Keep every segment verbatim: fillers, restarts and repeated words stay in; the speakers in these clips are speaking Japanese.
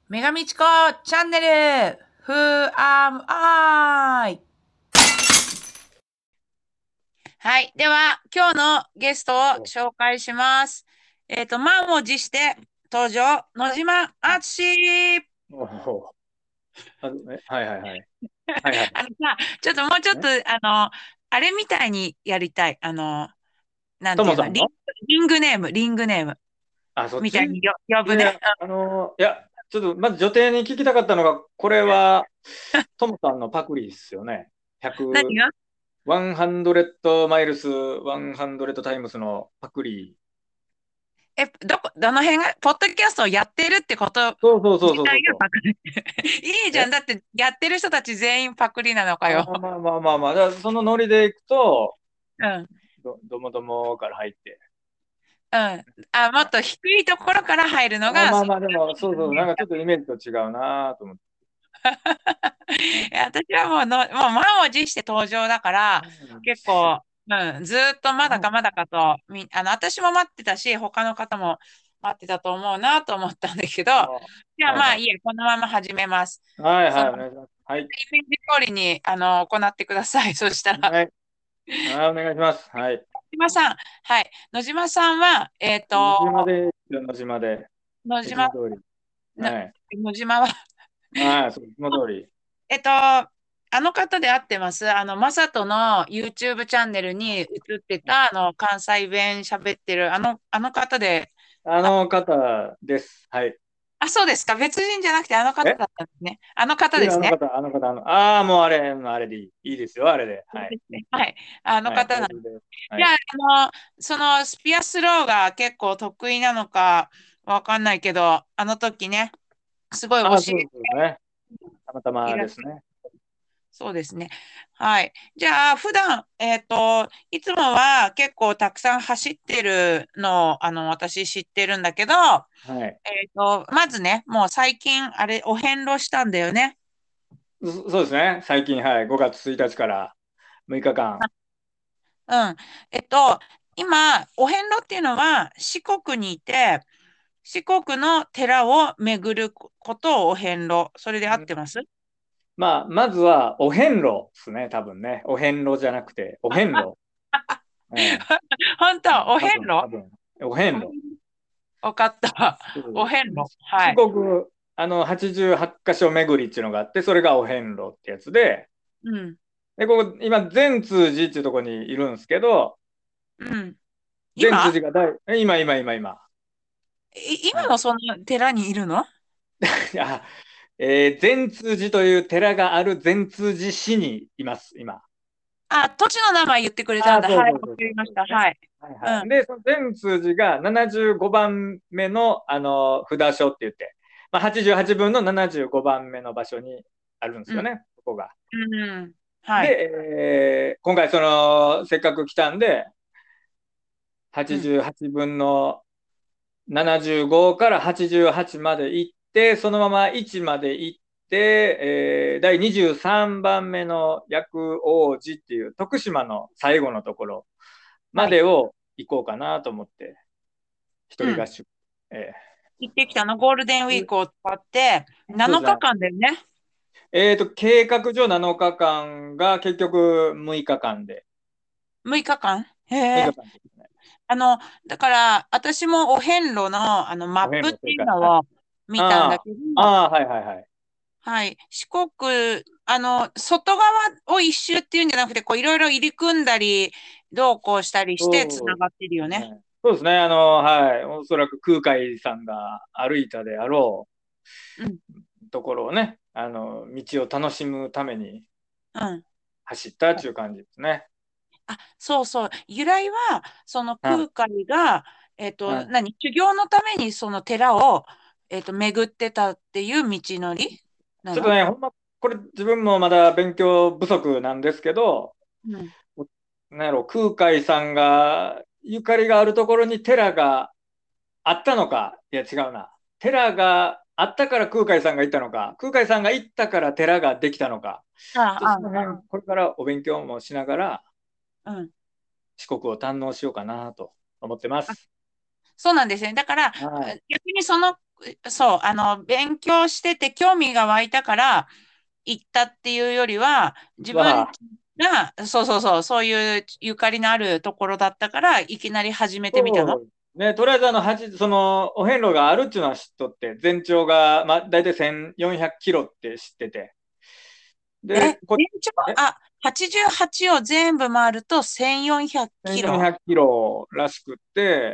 女神チコチャンネル Who am I? はい。では、今日のゲストを紹介します。えっと、満を持して登場、野島敦。 おお、あ、えはいはいはい。はいはい。 あのさ、ちょっともうちょっね、 と、あの、あれみたいにやりたい。あの、なんていうの、リン、 ともさんのリングネーム、リングネームあ、そっちみたいによ呼ぶね。 いや、あのーいや、ちょっとまず女帝に聞きたかったのが、これは、ともさんのパクリですよね。ひゃく、 何がひゃくマイルス、ひゃくタイムスのパクリ。 え、どこ、どの辺が、ポッドキャストをやってるってことそうそうそう自体そうそうそがパクリ。いいう。えじゃん。だって、やってる人たち全員パクリなのかよ。 あー、まあまあまあまあ。だからそのノリでいくと、 うん。 ど、どもどもから入って。 うん。あ、もっと低いところから入るのあ、 が、そまあまあ、でも、そうそう、なんかちょっとイメージと違うなと思って。 いや私はもうの、もう満を持して登場だから、結構、うん、ずーっとまだかまだかと、み、あの、私も待ってたし、他の方も待ってたと思うなと思ったんだけど、 あじゃあはいはい。 まあいいや、このまま始めます。その、 はいはい、おイメ願いします。はい。 ージ通りに、あの、行ってください。そしたら、 はい。はい、お願いします。はい。 野島さん、はい。野島さんは、えっ野と、 島で、野島で、 野島、 いつも通り。 なはい。 野島は、 はい、そう、いつも通り。 えっと、あの方で合ってますあの、マサトの YouTube チャンネルに映ってた、あの、関西弁喋ってる、あの、あの方で、あ、 あの方です。はい。 あ、そうですか。別人じゃなくてあの方えだったんですね。あの方ですね。 いやあの方、あの方、あの、ああ、もうあれ、あれでいい。いいですよ、あれで。はい。 そうですね。はい。あのはい、 方なんです。 大丈夫です。はじゃあ、 い。 あの、そのスピアスローが結構得意なのかわかんないけど、あの時ね、すごいああ、 教えそうですね。たまたていらっしゃる。 まですね。 そうですね。はい。じゃあ、普段、えっと、いつもは結構たくさん走ってるのを、あの、私知ってるんだけど、 はい。 えっと、まずね、もう最近、あれ、お遍路したんだよね。 そそうですね。最近、はい。ごがつついたちからむいかかん。 うん。えっと、今、お遍路っていうのは、四国にいて、四国の寺を巡ることをお遍路。それで合ってます？ まあ、まずは、お遍路ですね、多分ね。お遍路じゃなくて、お遍路。ええ、 本当、お多分、 遍路多分、お遍路。 わかった。お遍路。は四い。 国、あの、はちじゅうはち箇所巡りっていうのがあって、それがお遍路ってやつで、 うん。 で、ここ、今、善通寺っていうところにいるんですけど、 うん。 善通今寺が大、え今、今、今、今。 い今はい。 もその寺にいるの？ あ、えー善通寺という寺がある善通寺市にいます、今。 あ、土地の名前言ってくれたああ、 んだ。はい、わかそうそうそうそう、 りました。 そうですね。 はい。 はいはい。 うん。 で、その善通寺がななじゅうごばんめの、あの札所って言って、まあ、はちじゅうはちぶんのななじゅうごばんめの場所にあるんですうん。 よね、ここが。 うん。はい。 で、えー今回その、せっかく来たんで、 うん。 はちじゅうはちぶんのななじゅうごからはちじゅうはちまで行って、そのままいちまで行って、えー、だいにじゅうさんばんめの薬王寺っていう徳島の最後のところまはい。 でを行こうかなと思って、一うん。 人合宿。え行ってきたの。ゴールデンウィーー、 クを使って7 そうですね。 日間だよね。 えっと、計画上なのかかんが結局むいかかんで、 むいかかん。へ 6 え。 日間ですね。 あの、だから、私もお遍路の、あのマッお遍プって路正解。はい。 いうのを見たんだあけど、 あ、ああ、はいはいはい。 はい。四国、あの、外側を一周っていうんじゃなくて、こう、いろいろ入り組んだり、どうこうしたりしてつなそうがってるよね。 ですね。そうですね。あの、はい。おそらく空海さんが歩いたであろうん。 うところをね、あの、道を楽しむためにうん。 走ったっていう感じですね。 あ、そうそう。由来は、そのはい。 空海が、えっと、 はい。 何、修行のためにその寺を、えっと、巡ってたっていう道のりなの？ ちょっとね、ほんま、これ自分もまだ勉強不足なんですけど、 うん。 なんやろ、空海さんがゆかりがあるところに寺があったのか、いや違うな。寺があったから空海さんが行ったのか、空海さんが行ったから寺ができたのか、 ああ、 ちょっとそのあ辺、これからお勉強もしながらあ、うん。 四国を堪能しようかなと思ってまあ、 す。 そうなんですね。だから、あはい。 逆にそのそう、あの、勉強してて興味が湧いたから行ったっていうよりは、自分は、 が、そうそうそう、そういうゆかりのあるところだったから、いきなり始めてみたの。 そうね、とりあえずあの、はちその、お遍路があるっていうのは知っとって、全長が、まあ、大体せんよんひゃくキロって知ってて。 え、 で、こ、 全長、 え、 あ、はちじゅうはちを全部回るとせんよんひゃくキ 1400キロ。 ロらしくって、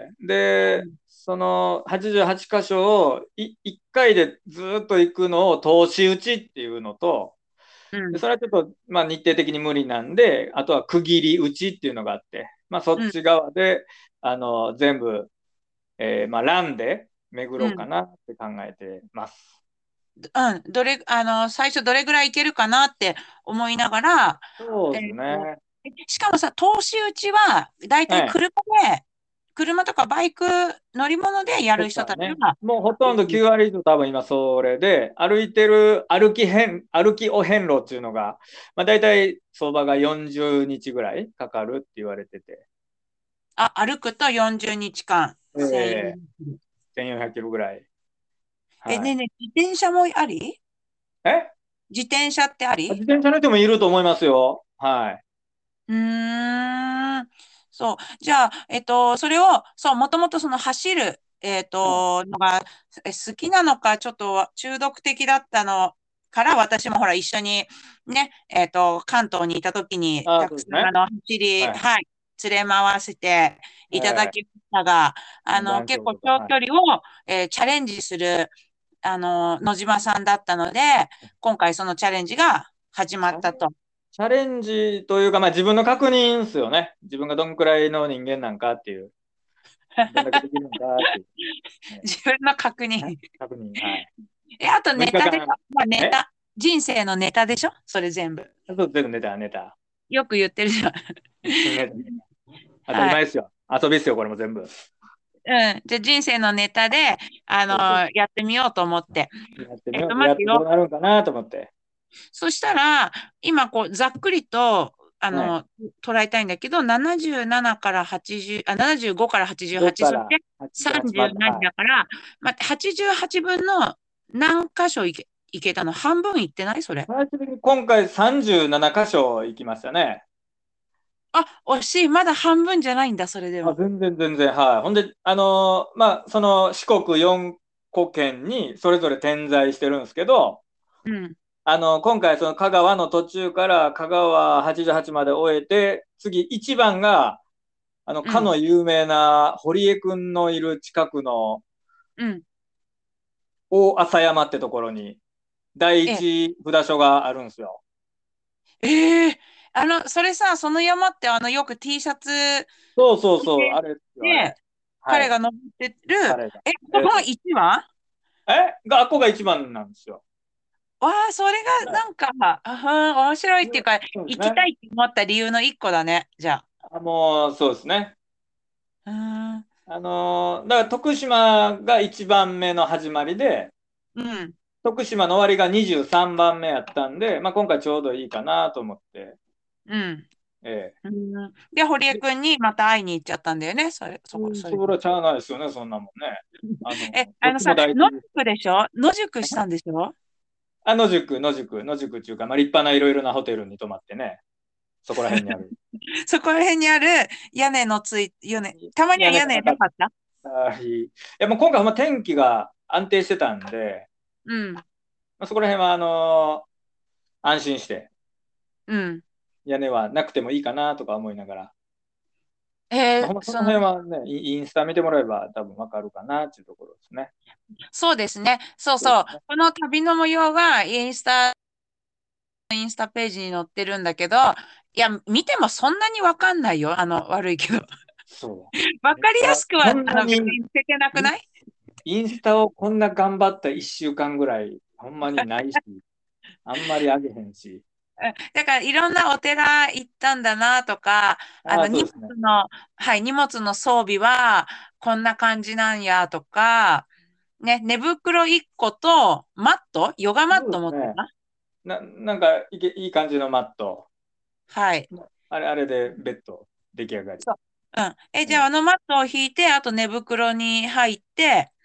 で、 うん。 そのはちじゅうはち箇所をいいっかいでずっと行くのを通し打ちっていうのと、で、 うん。 それはちょっと、まあ、日程的に無理なんで、あとは区切り打ちっていうのがあって、まあ、そうん。 っち側で、あの、全部、えーまあ、ランで巡ろうかうん。 なって考えてます。 うん。どれ、あの、最初どれぐらいいけるかなって思いながら、 そうですえっと、 ね。 しかもさ、投資打ちは、だいたいはい。 車で、車とかバイク乗り物でやる人とかね。 たちは、 もうほとんどきゅう割以上多分今それで、歩いてる歩き遍、歩きお遍路っていうのが、まあ、大体相場がよんじゅうにちぐらいかかるって言われてて、 あ、歩くとよんじゅうにちかん、せんよんひゃくえー、せんよんひゃくキロぐらい。 え、 はい。 ねえねえ、自転車もありえ自転車ってあり自転車の人もいると思いますよ。はい。 うーん。そう。じゃあ、えっと、それを、そう、もともとその走る、えっはい。 と、のがえ好きなのか、ちょっと中毒的だったのから、私もほら、一緒にね、えっと、関東にいた時に、 ああ、 たくさん、 そうですね。 あの、走り、 はい。 はい、連れ回していただえきましたが、あー、 の、 団結構長とか、はい。 長距離を、えーチャレンジする、あの、野島さんだったので、今回そのチャレンジが始まチャレ、 ったと。 チャレンジというか、まあ、自分の確認ですよね。自分がどんくらいの人間なんかっていう、どんだけできるんだっていう、ね、 自分の確認。 確認。はい。 え、あと 6 ネタでしょ？ 日間、 まあ、ネえタ。人生のネタでしょ？それ全部。 そう、全部ネタ、ネタ。 よく言ってるじゃん。 ネタ、ネタ。当たりはい。 前ですよ。遊びですよ、これも全部。 うん。じゃあ人生のネタで、あそうそう。 のやってみようと思って。 やってみえっと、 よう。やってどう待ってよ。 なるんかなと思って。 そしたら、今、こう、ざっくりと、あはい。 の、捉えたいんだけど、ななじゅうななからはちじゅう、あ、ななじゅうごからはちじゅうはち、 ごからそしてはちじゅうはちまで。 さんじゅう何はい。 だから、まあ、はちじゅうはちぶんの何箇所いけ、いけたの？半分いってないそれ？ 最終的に今回さんじゅうなな箇所行きましたね。 あ、惜しい。まだ半分じゃないんだ、それであ、 も。 全然全然。はい。ほんで、あのーまあ、その四国よんこ県にそれぞれ点在してるんですけど、 うん。 あの、今回その香川の途中から香川はちじゅうはちまで終えて、次いちばんが、あの、 うん。 かの有名な堀江くんのいる近くのうん。 大浅山ってところに第ええ。 一札所があるんですよ。 ええ、あの、それさ、その山ってあの、よく T シャツそうそうそう、 着て、 あれですよ、あれ。 で、 はい。 彼が登ってる、 彼が。 え、ここがえいちばん？ えが、あっこが一番なんですよ。 わあ、それがなんか、あはん、面白いっていうか、 そうですね。 行きたいって思った理由の一個だね、じゃあ、もう、そうですね。 あ。うーん、 あのーだから徳島が一番目の始まりで、 うん、 徳島の終わりがにじゅうさんばんめやったんで、まあ、今回ちょうどいいかなと思って、 うん。 えうん、で、堀江え。 くんにまた会いに行っちゃったんだよね、それ、そこ、 うん、 それ。 それはちゃあないですよね、そんなもんね。あの、 え、 どっあのさ、 ちも大事。 野宿でしょ？野宿したんでしょ？ あ、野宿、野宿、野宿っていうか、まあ、立派ないろいろなホテルに泊まってね、そこら辺にある。 そこら辺にある屋根のつい、屋根、たまには屋根屋根がなかっなかった？ たり、いや、もう今回ほんま天気が安定してたんで、 うん、 まあ、そこら辺は、あのー安心して、 うん。 屋根はなくてもいいかなとか思いながら、まあ、ほんえーその、 まその辺はね、イインスタ見てもらえば多分わかるかなっていうところですね。 そうですね。そうそう。 そうですね。 この旅の模様がインスタ、インスタページに載ってるんだけど、いや、見てもそんなにわかんないよ。あの、悪いけど。 そわう。だから、 かりやすくは、 こんあの、別なににつけてなくインない？ インスタをこんな頑張ったいっしゅうかんぐらい、ほんまにないし、あんまりあげへんし。 うんだから、いろんなお寺行ったんだなとか、あああ、 の、荷そうですね。 物の、はい、荷物の装備はこんな感じなんやとか、ね、寝袋いっことマット、ヨガマットそうですね。 持ってた。 な、なんかいけ、いい感じのマット。 はい。 あれ、あれでベッド出来上がり。 そう。うん。え、じゃあ、 ええ、 あのマットを引いて、あと寝袋に入って、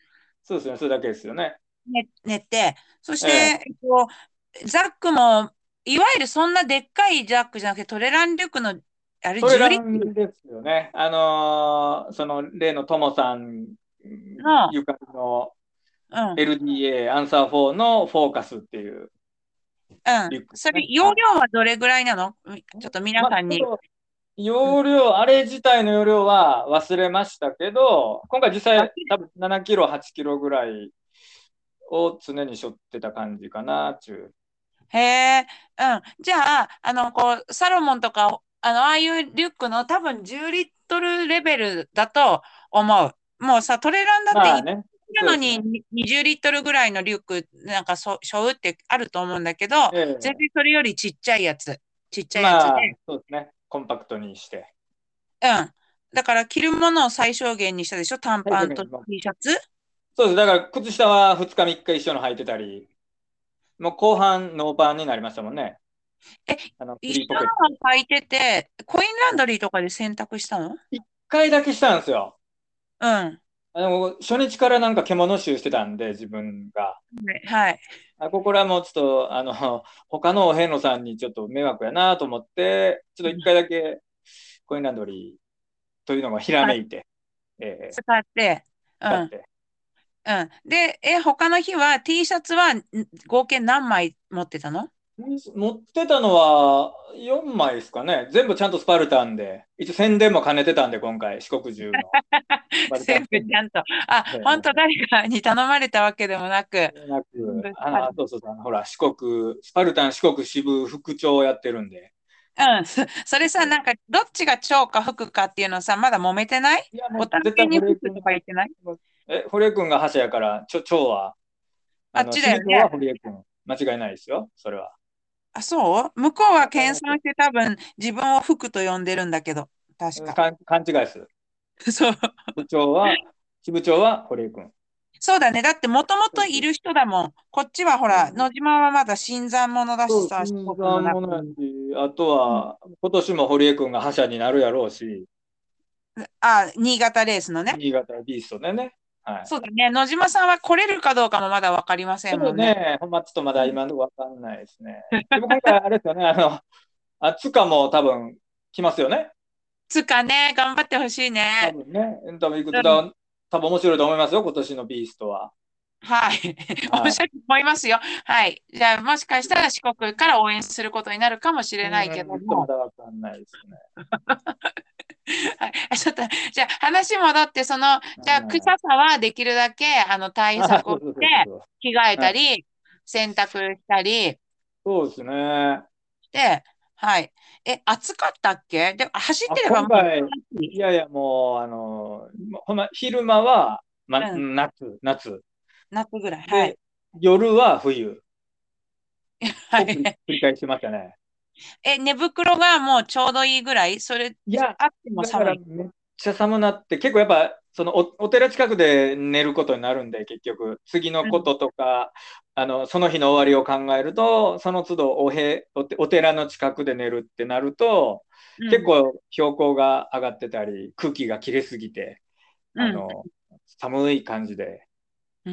そうですね、それだけですよね。 ね、寝て、そしええ。 て、えっと、ザックも、いわゆるそんなでっかいザックじゃなくて、トレランリュックの、あれ、 トレじゅうリラットルンですよね。あのーその例のトモさんの、 ゆかりのうん、 エルディーエー アンサーフォーのフォーカスっていううん。 リュックでそれ、 すね。 容は量はどれぐらいなの？みちょっとい。まあ、 皆さんに。 ちょっとうん、 容量、あれ自体の容量は忘れましたけど、今回実際多分ななキロ、はちキロぐらいを常に背負ってた感じかな、ちゅう。 へえ、うん。じゃあ、あの、こう、サロモンとか、あの、ああいうリュックの多分じゅうリットルレベルだと思う。もうさ、トレランだっていまあね、 るのにそうですね。 ににじゅうリットルぐらいのリュック、なんかそ、背負うってあると思うんだけど、 ええ、 全然それよりちっちゃいやつ。ちっちゃいやつで、 まあ、そうですね。コンパクトにして。 うん。だから着るものを最小限にしたでしょ？短パンと最初に T シャツ。 そうです。だから靴下はふつかみっか一緒の履いてたり、もう後半ノーパンになりましたもんね。 え、 あの、フ一緒リーポケットで。 の履いてて、コインランドリーとかで洗濯したの？ 一回だけしたんですよ。 うん。はあの、初日からなんか獣臭してたんで、自分が。 い。はい。 あ、ここらもうちょっと、あの、他のお遍路さんにちょっと迷惑やなと思って、ちょっと一回だけコインランドリーというのがひら使めいて、え使って、うん。 ー使って。 うん。で、え、他の日は T シャツはん合計何枚持ってたの？ 持ってたのはよんまいですかね。全部ちゃんとスパルタンで、一応宣伝も兼ねてたんで、今回、四国中のスパルタン全部宣伝。 ちゃんと。あ、 ええ、 本当誰かに頼まれたわけでもなく、 でなく、 全部あの、そうそうそう、あのほら、四国、スパルタン四国支部副長をやってるんで。 うん。そそれさ、 ええ、 なんか、どっちが長か服かっていうのさ、まだ揉めてない？ いや、もお互う絶対いに服堀江君、 とか言ってない？ え、堀江君が覇者やから、ちょ、長は、 あっあの、支部長はちだよね。 堀江君。間違いないですよ、それは。 あ、そう向こうは間違いないですよ。 謙遜して多分自分を服と呼んでるんだけど、確か。 うんかん勘違いです。 そう。 部長は、支部長は堀江君。 そうだね。だってもともそうそう。 といる人だもん。こっちはほら、野島はまだ新参者だしそう、 さ、四新国の参者や中に。 し、あとうん。 は、今年も堀江君が覇者になるやろうし、 あ、新潟レースのね。 新潟ビーストでね。はい。 そうだね。野島さんは来れるかどうかもまだわかりませちょっとんもんね。 ね、ほんまちょっとまだ今のとこわかんないですね。でも今回あれですよね、あの、あ、つかも多分来ますよね。 つかね、頑張ってほしいね。 多分ね。多分いくうん。 つだ、多分面白いと思いますよ、今年のビーストは。 はい。面はい。 白いと思いますよ。はい。じゃあ、もしかしたら四国から応援することになるかもしれないけうん、ちょっとまども。 だわかんないですね。 はい。ちょっと、じゃあ、話戻って、その、じゃあ、臭うん。 さはできるだけ、あの、対あ、 策をしそうそうそうて、 そう。 着替えはい。 たり、洗濯したりそうですね。 して、はい。え、暑かったっけ？で、走っあ、 てればもう、 今回、いやいや、もう、あの、ほんま、昼間は、ま、 うん、 夏、夏。 夏ぐらい。はい。 で、夜は冬を繰りはい。 繰り返しましたね。 え、寝袋がもうちょうどいいぐらい？それ、 いや、 あってもだか寒い？ らめっちゃ寒なって、結構やっぱ、そのお、お寺近くで寝ることになるんで、結局、次のうん、 こととか、あの、その日の終わりを考えると、その都度おへ、おて、お寺の近くで寝るってなると、 うん、 結構標高が上がってたり、空気が切れすぎて、 うん、 あの、寒い感じで、 うん、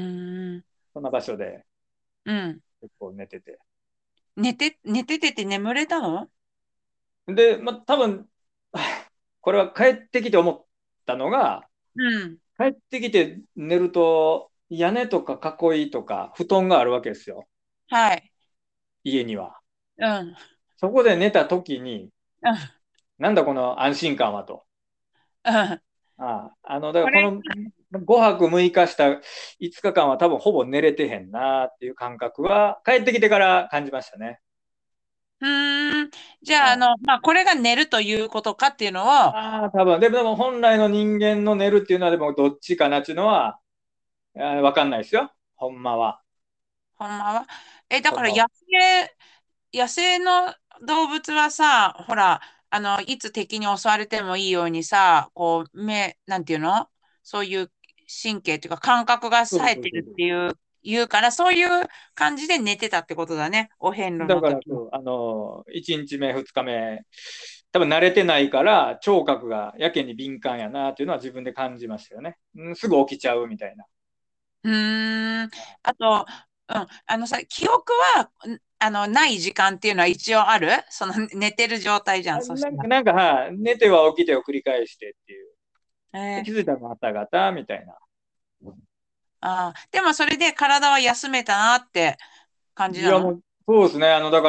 そんな場所でうん。 結構寝てて。 寝て、寝ててて眠れたの？ で、まあ、多分、これは帰ってきて思ったのが、 うん。 帰ってきて寝ると、屋根とか囲いとか布団があるわけですよ、 はい。 家には。 うん。うん。 そこで寝た時に、なんだこの安心感はと。 うん。 ああ、あの、だからこれ、 このごはくむいかしたいつかかんは多分ほぼ寝れてへんなっていう感覚は帰ってきてから感じましたね。 うーん。じゃあ、あはい。 の、まあ、これが寝るということかっていうのを、 ああ、多分。でも、でも本来の人間の寝るっていうのはでもどっちかなっていうのは、あーわかんないですよ。ほんまは。 ほんまは。え、だから野ほんまは。 生、野生の動物はさ、ほら、あの、いつ敵に襲われてもいいようにさ、こう、目、なんていうの？そういう神経っていうか感覚がそう冴えてるそうそうそっていう、言うから、そういう感じで寝てたってことだね。お遍路う。だの時は。 からそう、あの、いちにちめ、ふつかめ、多分慣れてないから、聴覚がやけに敏感やなっていうのは自分で感じましたよね。うん、すぐ起きちゃうみたいな。 うーん。あと、うん、あのさ、記憶は、んあの、ない時間っていうのは一応あるその寝てる状態じゃん、 あそしたら。 なんか、なんか、はい、寝ては起きてを繰り返してっていう。で、 えー気づいたらもう朝方みたいな。 あー、でもそれで体は休めたなって感じいや、 なの？ もう、そうですね。あの、だから、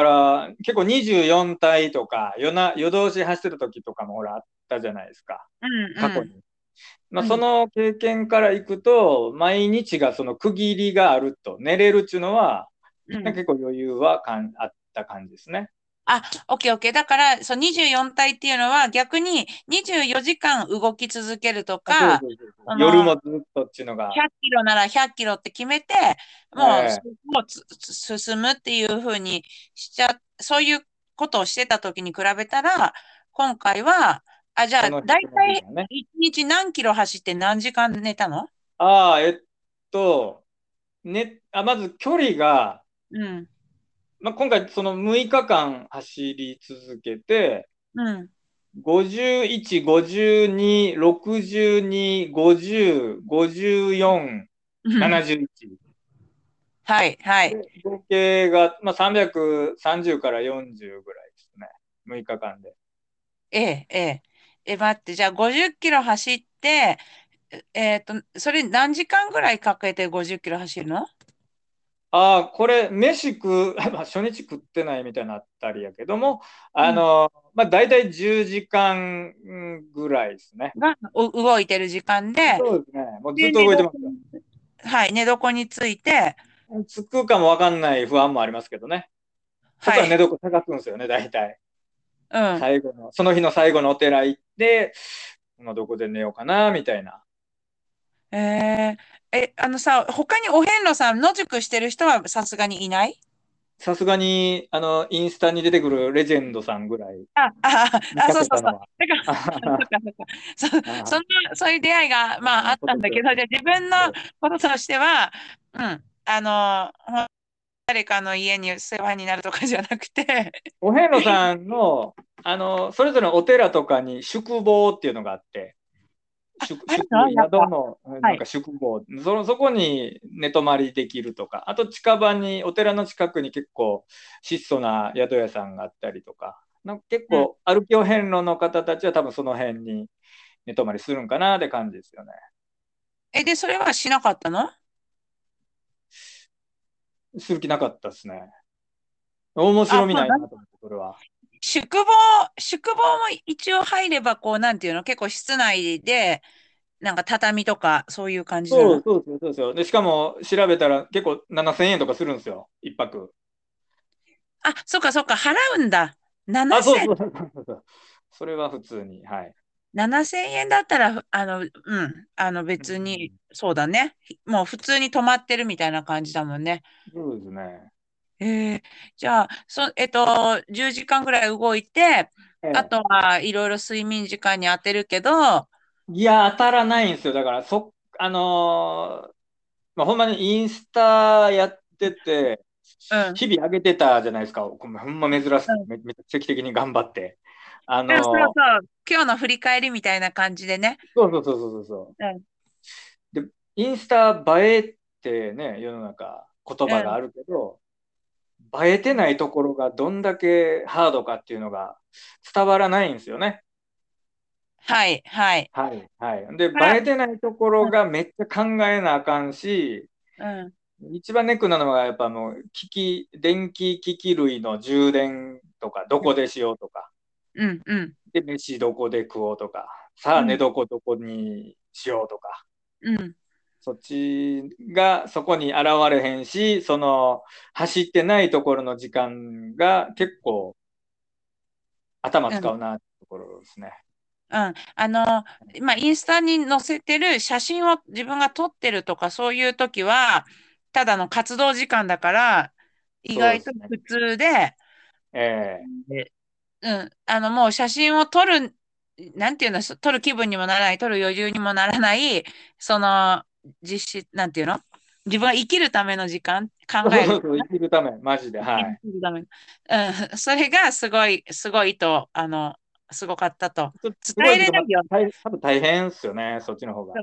結構にじゅうよん体とか、夜な、夜通し走ってる時とかもほらあったじゃないですか。 うんうん。 過去に。まあ、 うん。 その経験からいくと、毎日がその区切りがあると、寝れるっていうのは、 うん。 なんか結構余裕はかんあった感じですね。 あ、オッケーオッケー。だから、そう、にじゅうよん体っていうのは逆ににじゅうよじかん動き続けるとあ、そうか、 そうそうそう。 その、 夜もずっとっていうのが、 ひゃっキロならひゃっキロって決めて、もう、そええ、 こをつつ進むっていうふうにしちゃ、そういうことをしてた時に比べたら、今回は、あ、じゃあ、 その日、その日だいたいがね。 いちにち何キロ走って何時間寝たの？ ああ、えっと、ね、あ、まず距離が、 うん、 まあ、今回そのむいかかん走り続けて、 うん、 ごじゅういち、ごじゅうに、ろくじゅうに、ごじゅう、ごじゅうよん、 うん。 ななじゅういち。 はい、はい。 で、合計が、まあ、さんびゃくさんじゅうからよんじゅうぐらいですね。むいかかんで。 ええ、ええ。え、待って、じゃあごじゅっキロ走って、えっと、それ何時間ぐらいかけてごじゅっキロ走るの？ ああ、これ、飯食う、まあ初日食ってないみたいになったりやけども、 うん。 あの、まあ、大体じゅうじかんぐらいですね。 がお動いてる時間で、 そうですね。もうずっで、 と寝床動いてますよ。 に、はい、寝床について、 つくかもわかんない不安もありますけどね。そこから寝はい、 床探すんですよね、大体。 うん。 最後の、その日の最後のお寺行って、まあ、どこで寝ようかな、みたいな。 えー、え、あのさ、他にお遍路さん野宿してる人はさすがにいない？ さすがに、あの、インスタに出てくるレジェンドさんぐらいあ、あ、 見あ、そうそうそう。 かけたのは。 だから、 あそっかそっか。そ、そんあ、 な、そういう出会いが、まあ、あっことで。 たんだけど、じゃあ自分のこととしては、うん、あの、誰かの家に世話になるとかじゃなくて、 お遍路さんの、あの、それぞれのお寺とかに宿坊っていうのがあって、宿、 ある宿、 のやっぱ。 宿の、なんかはい。 宿坊、その、そこに寝泊まりできるとか、あと近場に、お寺の近くに結構質素な宿屋さんがあったりとか、なんか結うん。 構歩きお遍路の方たちは多分その辺に寝泊まりするんかなって感じですよね。 え、で、それはしなかったの？ する気なかったですね。面あ、 白みそうだ。 ないなと思って、それは。 宿坊、宿坊も一応入れば、こう、なんていうの、結構室内で、なんか畳とか、そういう感じなの？ そうそうそうそうですよ。で、しかも調べたら結構ななせんえんとかするんですよ、一泊。 あ、そっかそっか、払うんだ。 あ、そうななせん。 そうそうそうそう。それは普通に、はい。 ななせんえんだったら、あの、うん、あのう別に、 ん、 そうだね。もう普通に泊まってるみたいな感じだもんね。 そうですね。 えー、じゃあ、そ、えっと、じゅうじかんぐらい動いて、あええ。 とはいろいろ睡眠時間に当てるけど、 いや、当たらないんですよ。だから、そ、あのーまあ、ほんまにインスタやってて、 うん、 日々上げてたじゃないですか。ほんまほんま珍しく、 うん。 め、めっちゃ奇跡的に頑張って。あうん、そうのそう。今日の振り返りみたいな感じでね。 ーそうそうそうそうそうん、 う。で、インスタ映えってね、世の中言葉があうん。 るけど、映えてないところがどんだけハードかっていうのが伝わらないんですよね。 はい、はい。 はい、はい。で、 から、 映えてないところがめっちゃ考えなあかんし、 うん、 一番ネックなのはやっぱもう機器、電気機器類の充電とか、どこでしようとか、 うん、うん、 で、飯どこで食おうとか、さあ寝うん、 床どこにしようとか、 うん、 そっちがそこに現れへんし、その走ってないところの時間が結構頭うん。 使うなってところですね。 うん。あの、まあ、インスタに載せてる写真を自分が撮ってるとか、そういう時は、ただの活動時間だから、意そうですね。 外と普通で、 えでうん。あの、もう写真を撮る、なんていうの、撮る気分にもならない、撮る余裕にもならない、その、実施、なんていうの、自分が生きるための時間、 ー、 考える。 そうそうそう、生きるため、マジで、 生きはい。 るため。うん。それがすごい、すごいと、あの、すごかったと。 ちょっとすごいけど、まあ、 伝えれないよ。 大多分大変ですよね、そっちの方が。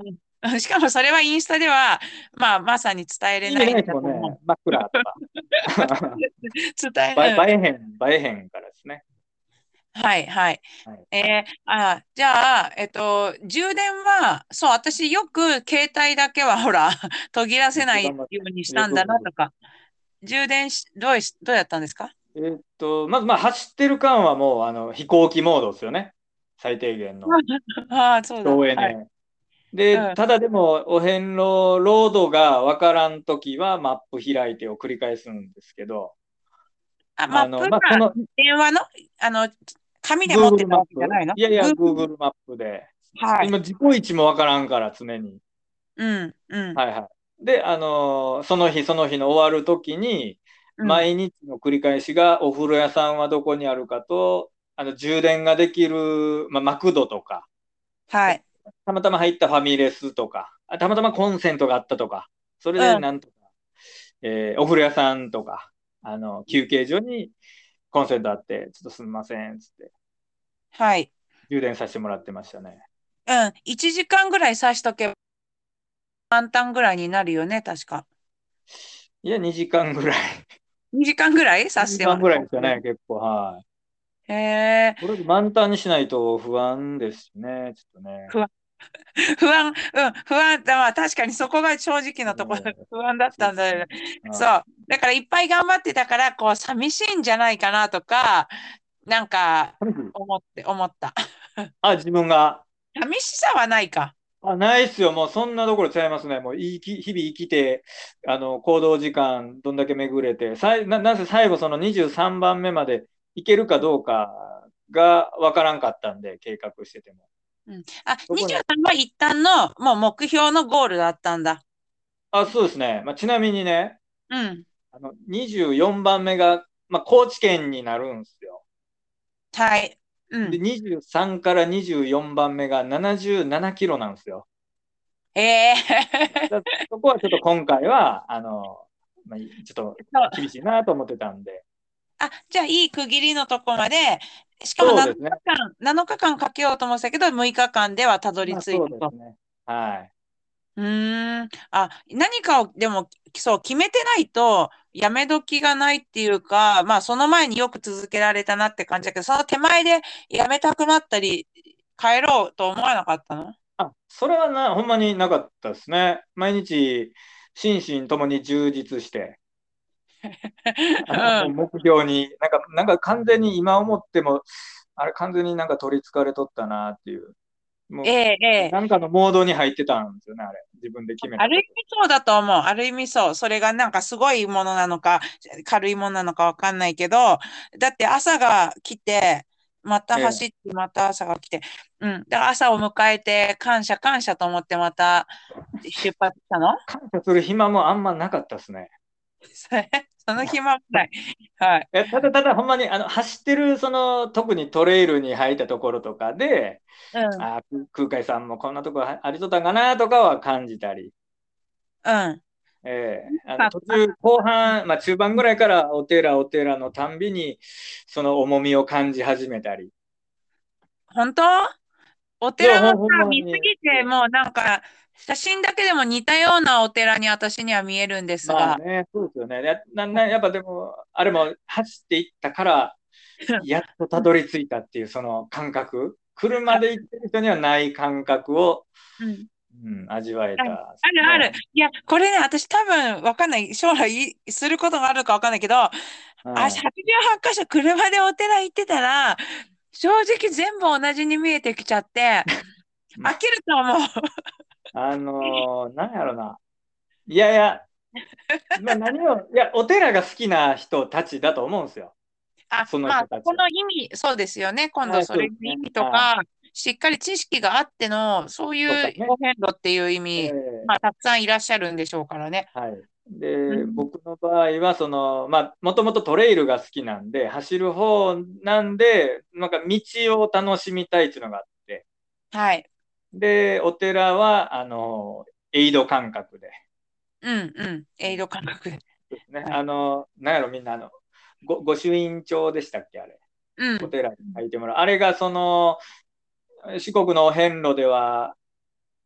しかもそれはインスタでは、まあ、まさに伝えれ意味ないんないですもんね。 だと思う。 真っ暗とか。 伝映え、 え、うん。 映えへん、映えへんからですね。 はい、はい。 はい。 えーあ、じゃあ、えっと、充電は、そう、私よく携帯だけは、ほら、途切らせない頑張って。 ようにしえーたんだそうそうそう。 なとか、充電し、どうし、どうやったんですか？ えーっと、まず、まあ、走ってる間はもう、あの、飛行機モードですよね。最低限の。 ああ、そうだ。はい。 省エネ。で、 うん。 ただでも、お遍路、ロードがわからんときは、マップ開いてを繰り返すんですけど、 あ、マッあの、まあ、そプがの、 電話の、あの、紙で持って Google たわマップけじゃないの？ いやいや、 Google。 Google マップで。 はい。 今、自己位置もわからんから、常に。 うん、うん、 はいはい。で、あのーその日その日の終わるときに、 うん。 毎日の繰り返しが、お風呂屋さんはどこにあるかと、あの充電ができる、まあ、マクドとか、 はい。 たまたま入ったファミレスとか、あたまたまコンセントがあったとか、それうん。 でなんとか、えーお風呂屋さんとか、あの休憩所にコンセントあって、ちょっとすみません、つってはい。 充電させてもらってましたね。 うん。いちじかんぐらい挿しとけば簡単ぐらいになるよね、確か。 いや、にじかんぐらい。 にじかんぐらい 2 挿してもら時間ぐらいですよう。 ね、結構。はい。 へえ。 これで満タンにしないと不安ですね、ちょっとね。 不安、不安、うん、不安だ。まあ確かにそこが正直なところ、 ええ不安だっそうですね。 たんだよね。そはう。だからいっぱい頑張ってたから、こう、寂しいんじゃないかなとか、なんか、 い。 思って、思った。 あ、自分が。 寂しさはないか。 あ、ないっすよ。もうそんなところちゃいますね。もう生き、日々生きて、あの、行動時間どんだけ巡れて、さい、な、なんせ最後そのにじゅうさんばんめまで行けるかどうかがわからんかったんで、計画してても。 うん。あ、 そこね。 にじゅうさんは一旦の、もう目標のゴールだったんだ。 あ、そうですね。まあ、ちなみにね、 うん。 あの、にじゅうよんばんめが、まあ、高知県になるんですよ。 はい。うで、 ん。 にじゅうさんからにじゅうよんばんめがななじゅうななキロなんですよ。 ええ。 だそこはちょっと今回は、あの、まあ、ちょっとそう。 厳しいなと思ってたんで。 あ、じゃあいい区切りのとこまで、しかも7 そうですね。 日間、なのかかんかけようと思ってたけど、むいかかんではたどりまあそう着いたと。 ですね。はい。 うーん。あ、何かを、でも、そう、決めてないと、やめ時がないっていうか、まあ、その前によく続けられたなって感じだけど、その手前でやめたくなったり、帰ろうと思わなかったの？ あ、それはな、ほんまになかったですね。毎日、心身ともに充実して、あの、もううん。 目標に、なんか、なんか完全に今思っても、あれ完全になんか取り憑かれとったなっていう、もう、 ええ、ええ。 なんかのモードに入ってたんですよね、あれ。自分で決めある意たこと。 味そうだと思う。ある意味そう。それがなんかすごいものなのか、軽いものなのかわかんないけど、だって朝が来て、またええ。 走って、また朝が来て、うん。で、朝を迎えて、感謝感謝と思ってまた出発したの？ 感謝する暇もあんまなかったですね。 それ、その暇もない。はい。 え、ただただほんまにあの走ってるその特にトレイルに入ったところとかで、 うん。 あー、空海さんもこんなとこありとったんかなとかは感じたり、 うん。 えーあのあ、あ、 途中後半、まあ、中盤ぐらいからお寺お寺のたんびにその重みを感じ始めたり、 本当？おいや、 寺もさ、 ほん、ほんま見すに、 ぎて、もうなんか、写真だけでも似たようなお寺に私には見えるんですが。 まあね、そうですよね。や、な、な、やっぱでも、あれも走っていったから、やっとたどり着いたっていうその感覚、車で行ってる人にはない感覚を、 うん。 うん、味わえあ、 たあるある。 ね。 いや、これね、私多分わかんない。将来することがあるかわかんないけど、あ、 はい。 はちじゅうはち箇所車でお寺行ってたら、正直全部同じに見えてきちゃって、飽きると思う。 あのーなんやろな。いやいや、まあ、何を、いや、お寺が好きな人たちだと思うんですよ。 あ、 そのまあ、そこ人たちは。 の意味、そうですよね。今度はい、 それそうですね。 の意味とはか、しっかり知識があっての、そういうい。とかね。 お遍路っていう意え味、まあ、 ーたくさんいらっしゃるんでしょうからね。 はい。で、 うん、 僕の場合は、その、まあ、もともとトレイルが好きなんで、走る方なんで、なんか道を楽しみたいっていうのがあって、 はい。 で、お寺は、あの、エイド感覚で、 うん、うん。エイうんド感覚で。 そうですね。 はい。 あの、なんやろ、みんな、あの、ご、御朱印帳でしたっけ、あれ。 うん。 お寺に書いてもらう。あれが、その、四国のお遍路では、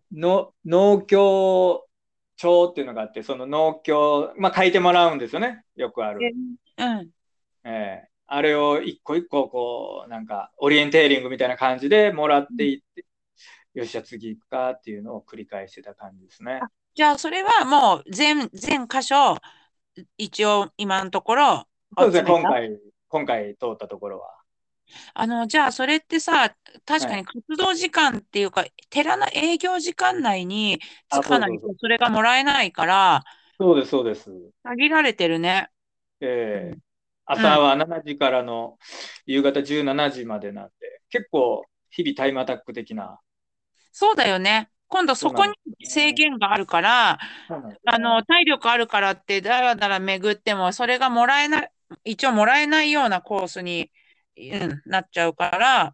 の農協帳っていうのがあって、その農協、まあ書いてもらうんですよね。よくあえ、 る。 うん。 えーあれを一個一個こう、なんかオリエンテーリングみたいな感じでもらっうん。 ていって、よし、じゃあ次行くかっていうのを繰り返してた感じですね。 あ、じゃあ、それはもう全、全箇所、一応今のところそうですね、 集めた。 今回、今回通ったところは。 あの、じゃあ、それってさ、確はい。 かに活動時間っていうか、寺の営業時間内につあ、 かないとそうそうそう。 それがもらえないから、 そうです、そうです。 限られてるね。うえーん。うん。 朝はしちじからの夕方じゅうしちじまでなんで、結構日々タイムアタック的な、 そうだよね。今度そこにそうなんですね。 制限があるから、 そうなんですよあの、 ね。 体力あるからってだらだら巡っても、それがもらえない、一応もらえないようなコースに、うん、なっちゃうから、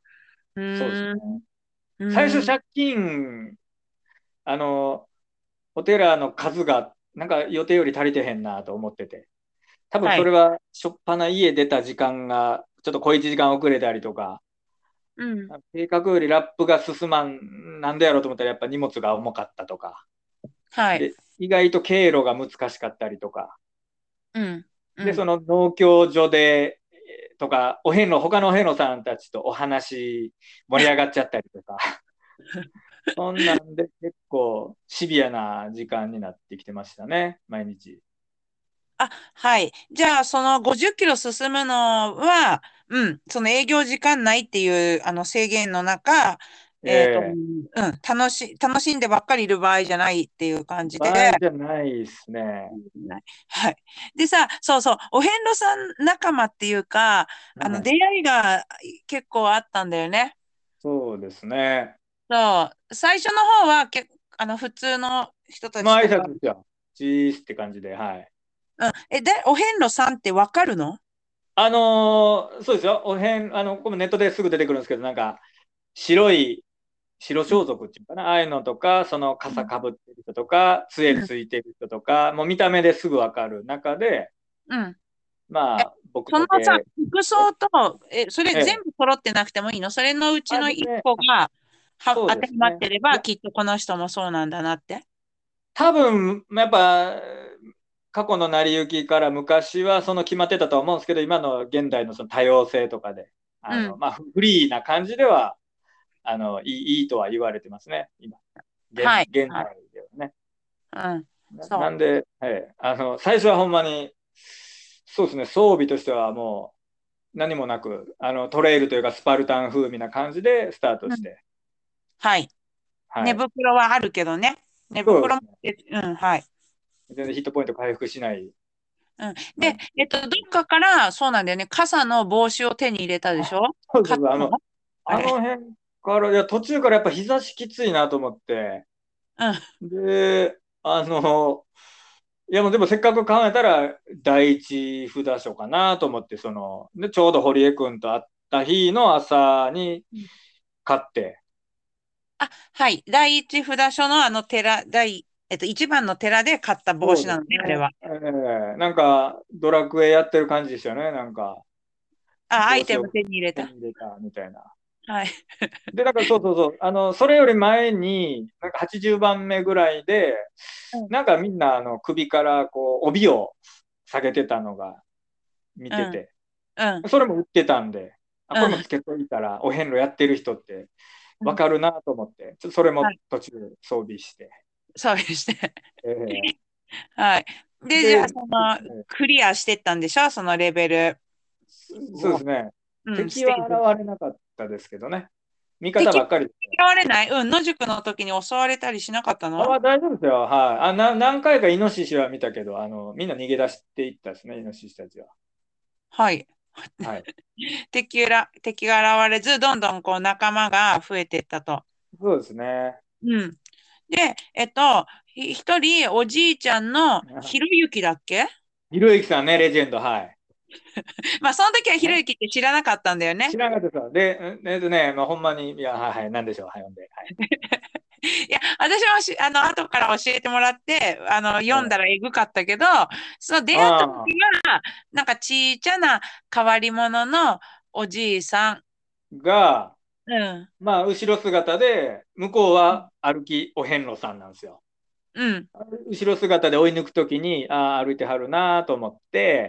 うそうですね。 ーん、うーん、 最初借金、あの、お寺の数がなんか予定より足りてへんなと思ってて、多分はい。 それはしょっぱな家出た時間がちょっと小いちじかん遅れたりとか、 うん、 計画よりラップが進まん、なんでやろうと思ったらやっぱ荷物が重かったとか、 はい。 で、意外と経路が難しかったりとか、 うん、うで、そん。 の農協所で、えーとか、お遍路、他のお遍路さんたちとお話盛り上がっちゃったりとか、そんなんで結構シビアな時間になってきてましたね、毎日。 あ、はい。じゃあ、そのごじゅっキロ進むのは、うん、その営業時間内っていうあの制限の中、えっと、うええん、楽し、楽しんでばっかりいる場合じゃないっていう感じで、 場合じゃないですね。 はい。でさ、そうそう、お遍路さん仲間っていうか、あの、出はい。 会いが結構あったんだよね。 そうですね。 そう、最初の方はけ、あの、普通の人たまあ挨ちとか、 拶ですよ。チースって感じで、はい。 うん、え、で、お遍路さんってわかるの？ あのーそうですよ。お遍、あの、これもネットですぐ出てくるんですけど、なんか、白い、白うん、 装束っていうかな、ああいうのとか、そのうん、 傘かぶってる人とか、杖うん、 ついてる人とか、もう見た目ですぐわかる中で、 うん。え、 まあ、僕そのさ、 だけ、 服え、 装と、え、それええ、 全部揃ってなくてもいいの？それのうちあ、 の一全然、あ、 個が、は、 そう当てですね。 はまってれば、 いや、 きっとこの人もそうなんだなって。 多分、やっぱ、過去の成り行きから昔はその決まってたとは思うんですけど、今の現代のその多様性とかで、あの、 うん。 まあ、フリーな感じでは、あの、いい、いいとは言われてますね、今。現、 はい。 現はい。 代ではね。 うん。 な、なそんで、はい、あの、最初はほんまに、そうですね、装備としてはもう何もなく、あの、トレイルというかスパルタン風味な感じでスタートう。うん。 して、 はい。寝はい。 袋はあるけどね。寝袋も、 そうですね。 えうん、はい。 全然ヒットポイント回復しない。 うん。 まあ、 で、えっと、どっかから、そうなんだよね。傘の帽子を手に入れたでしあ、 ょ？ そうそうそう、あの、 買ったの？ああれ。 の辺から、いや、途中からやっぱ日差しきついなと思って、 うん。 で、あの、いやもうでもせっかく考えたら第一札所かなと思って、その、で、ちょうど堀江君と会った日の朝にうん。 買って、 あ、はい。第一札所のあの寺、第、えっと、一番の寺で買った帽そう子なのね、あれですね。 は。 ええなんか、ドラクエやってる感じですよね。なんか、 あ、アイテム帽子を手に入れた。 手に入れたみたいな。 はい。 で、なんかそうそうそう、あの、それより前に、なんかはちじゅうばんめぐらいで、 うん。 なんかみんなあの首からこう帯を下げてたのが見うん。 てて、 うん。 それも売ってたんで、あ、 うん。 これもつけといたらお遍路やってる人ってうん。 わかるなと思って、ちょっとそれもはい。 途中装備して、 そうして。 えはい。 ーで、じゃあ、 で、 その、クリアしてったんでしょ？そのレベルを。 そうですね、 うん、ス敵はテージ。 現れなかったですけどね、味方敵ばっかりでした。 嫌われない？うん、野宿の時に襲われたりしなかったあ、まの？ あ、大丈夫ですよ。はい。あ、な、何回かイノシシは見たけど、あの、みんな逃げ出していったですね、イノシシたちは。 はい。 はい。 敵ら、敵が現れず、どんどんこう仲間が増えていったと。 そうですね。 うん。で、えっと、ひ一人、おじいちゃんのひろゆきだっけ？ ひろゆきさんね、レジェンド、はい。 まあ、その時はひろね、 ゆきって知らなかったんだよね。 知らなかったですよ。で、えっとね、まあ、ほんまに、いや、はいはい、なんでしょう、はい、ほんで、はい。 いや、私もし、あの、後から教えてもらって、あの、読んだええらえぐかったけど、その出会った時ああ、 は、なんかちいちゃな変わり者のおじいさん。 が、 うん。 まあ、後ろ姿で、向こうは歩きお遍路さんなんですよ。 うん。 後ろ姿で追い抜くときに、ああ、歩いてはるなと思って、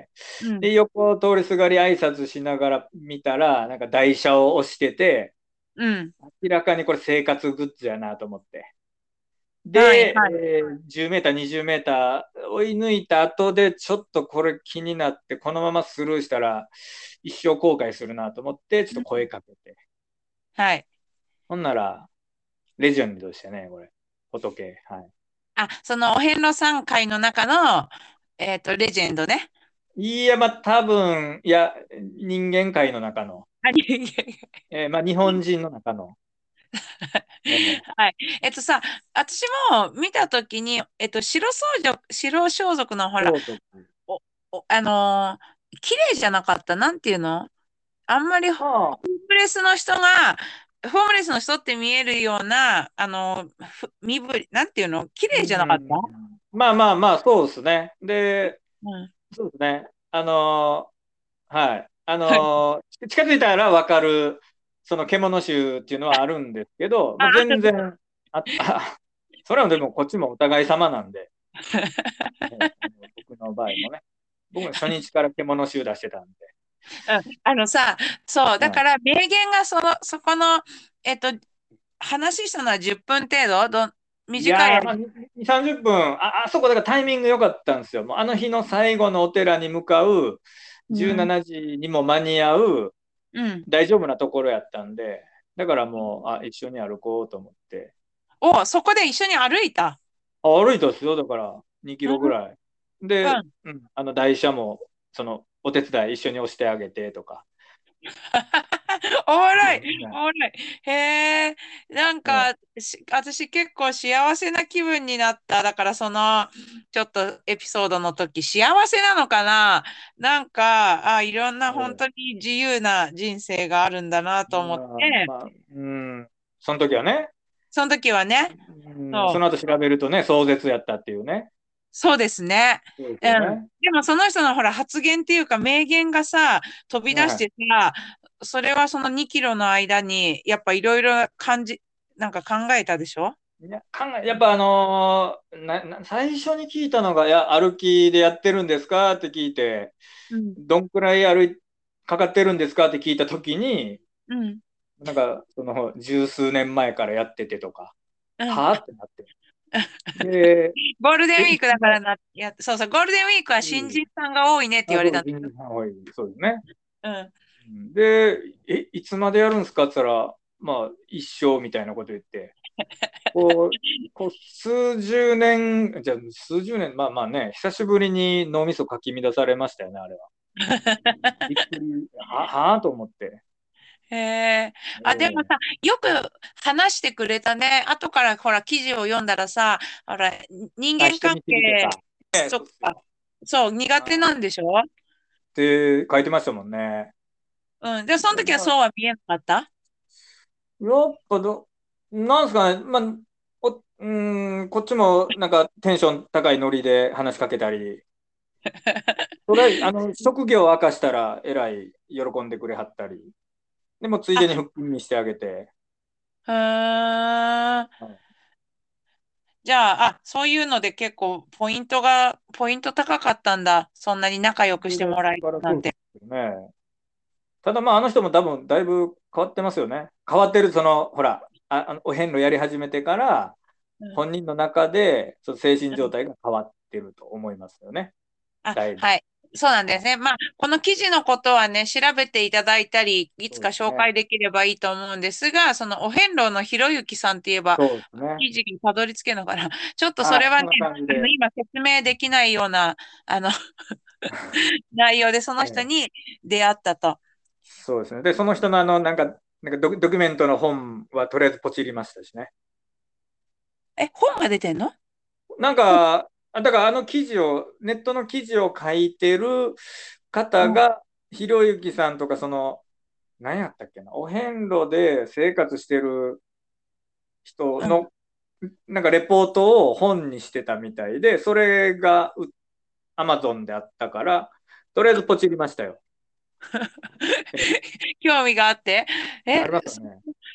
うん。 で、横を通りすがり挨拶しながら見たら、なんか台車を押してて、 うん。 明らかにこれ生活グッズやなと思って。 はい、 で、 はい。 えーじゅうメーター、にじゅうメーター追い抜いた後で、ちょっとこれ気になって、このままスルーしたら、一生後悔するなと思って、ちょっと声かけて。 はい。 ほんなら、レジェンドでしたね、これ。仏。はい。 あ、そのお遍路さん会の中の、えっと、レジェンドね。 いや、まあ、多分、いや、人間界の中の、 あ、いやいやいや。 えーまあ、日本人の中の、えー、 はい。えっとさ、私も見たときに、えっと、白装束、白装束のほら、 装束。 お、お、あのー綺麗じゃなかった。なんていうの？あんまりホーまあ、 ムレスの人が、ホームレスの人って見えるような、あの、ふ身振り、なんていうの？綺麗じゃなかった？ うん、まあまあまあ、そうですね。で、 うん。 そうですね。あのーはい。あのー近づいたら分かる、その獣臭っていうのはあるんですけど、 あ、 もうあったと。 全然、あ、あ、それはでもこっちもお互い様なんで、えーあの僕の場合もね。僕も初日から獣臭出してたんで。 うん、あのさ、そう、だはい。 から名言がその、そこの、えっと、話したのはじゅっぷん程度、ど、短い間。 いやー、まあ、に、さんじゅっぷん、あ、あそこだからタイミング良かったんですよ。もうあの日の最後のお寺に向かう、17 うん。 時にも間に合う、 うん。 大丈夫なところやったんで、だからもう、あ、一緒に歩こうと思って。 お、そこで一緒に歩いた。 あ、歩いたっすよ、だからにキうん。 ロぐらい。で、 うん。 うん、あの台車も、その、お手伝い一緒に押してあげてとか。 おもろい、 うんねおもろい。へえ、なんねか、し私結構幸せな気分になった。だからその、ちょっとエピソードの時、幸せなのかな？なんか、あ、いろんな本え当に自由な人生があるんだなえ、 と思っまあ、 て、 まあ、うん、その時はね、 その時はね、 うん、 そう、 その後調べるとね、壮絶やったっていうね。 そうですね。 そうですうん。 よね。 でもその人のほら発言っていうか名言がさ、飛び出しはてさ、それはそのにキロの間に、やっぱいろいろ感じ、なんか考えたでしょ？ い。いや、考え、やっぱあのーな、な、最初に聞いたのが、いや、歩きでやってるんですかって聞いて、 うん。 どんくらい歩い、かかってるんですかって聞いた時に、 うん。 なんか、その、十数年前からやっててとか、 うん。 はあってなって。で、 ゴールデンえ、 ウィークだかいつま、 らな、いや、そうそう、ゴールデンウィークは新うん、 人さんが多いねって言あ、そうです、 われたんだ。 新人さん多い、そうですね。 うん。 うんで、え、いつまでやるんですかって言ったら、まあ、一生みたいなこと言って、こう、こう数十年、じゃあ数十年、まあまあね、久しぶりに脳みそかき乱されましたよね、あれは。びっくり、は、はあと思って。 へえ。あ、でもえさ、よく話してくれたね。後からほら、記事を読んだらさ、ほら、人ー、あ、 間関人見知りと係か。ね、 とか、 そうですよ。 そう、苦手あなんでしょ？ って書いてましたもんね。 うん。で、その時はまあ、 そうは見えなかった？ やっぱど、なんすかね、まあ、お、うーん、こっちもなんかテンション高いノリで話しかけたり、それ、あの、職業を明かしたらえらい喜んでくれはったり、でもついあ、 でに腹筋にしてあげて、 うーん。 はい。 じゃあ、あ、そういうので結構ポイントが、ポイント高かったんだ。そんなに仲良くしてもらえるからそうでなんて。 すよね。ただまあ、あの人も多分だいぶ変わってますよね。変わってる、その、ほら、あ、あのお遍路やり始めてから、 うん。 本人の中で、その精神うん。 状態が変わってると思いますよね。 あ、 だいぶ。 はい。そうなんではい。 すね。まあ、この記事のことはね、調べていただいたり、いつかそうですね。 紹介できればいいと思うんですが、そのお遍路のひろゆきさんって言えば、 そうですね。 記事にたどり着けるのかな。ちょっとそはい。 れはね、 そんな感じあの、 で。 今説明できないような、あの、内容でそのええ、 人に出会ったと。 そうですね。で、その人のあの、なんか、なんかドキ、ドキュメントの本はとりあえずポチりましたしね。 え、本が出てんの？ なんうん。 か、あだからあの記事を、ネットの記事を書いてるうん。 方が、ひろゆきさんとか、その、何やったっけな、お遍路で生活してる人うん。 の、なんかレポートを本にしてたみたいで、それがアマゾンであったから、とりあえずポチりましたよ。ええ、 興味があって。え、 ありますよね。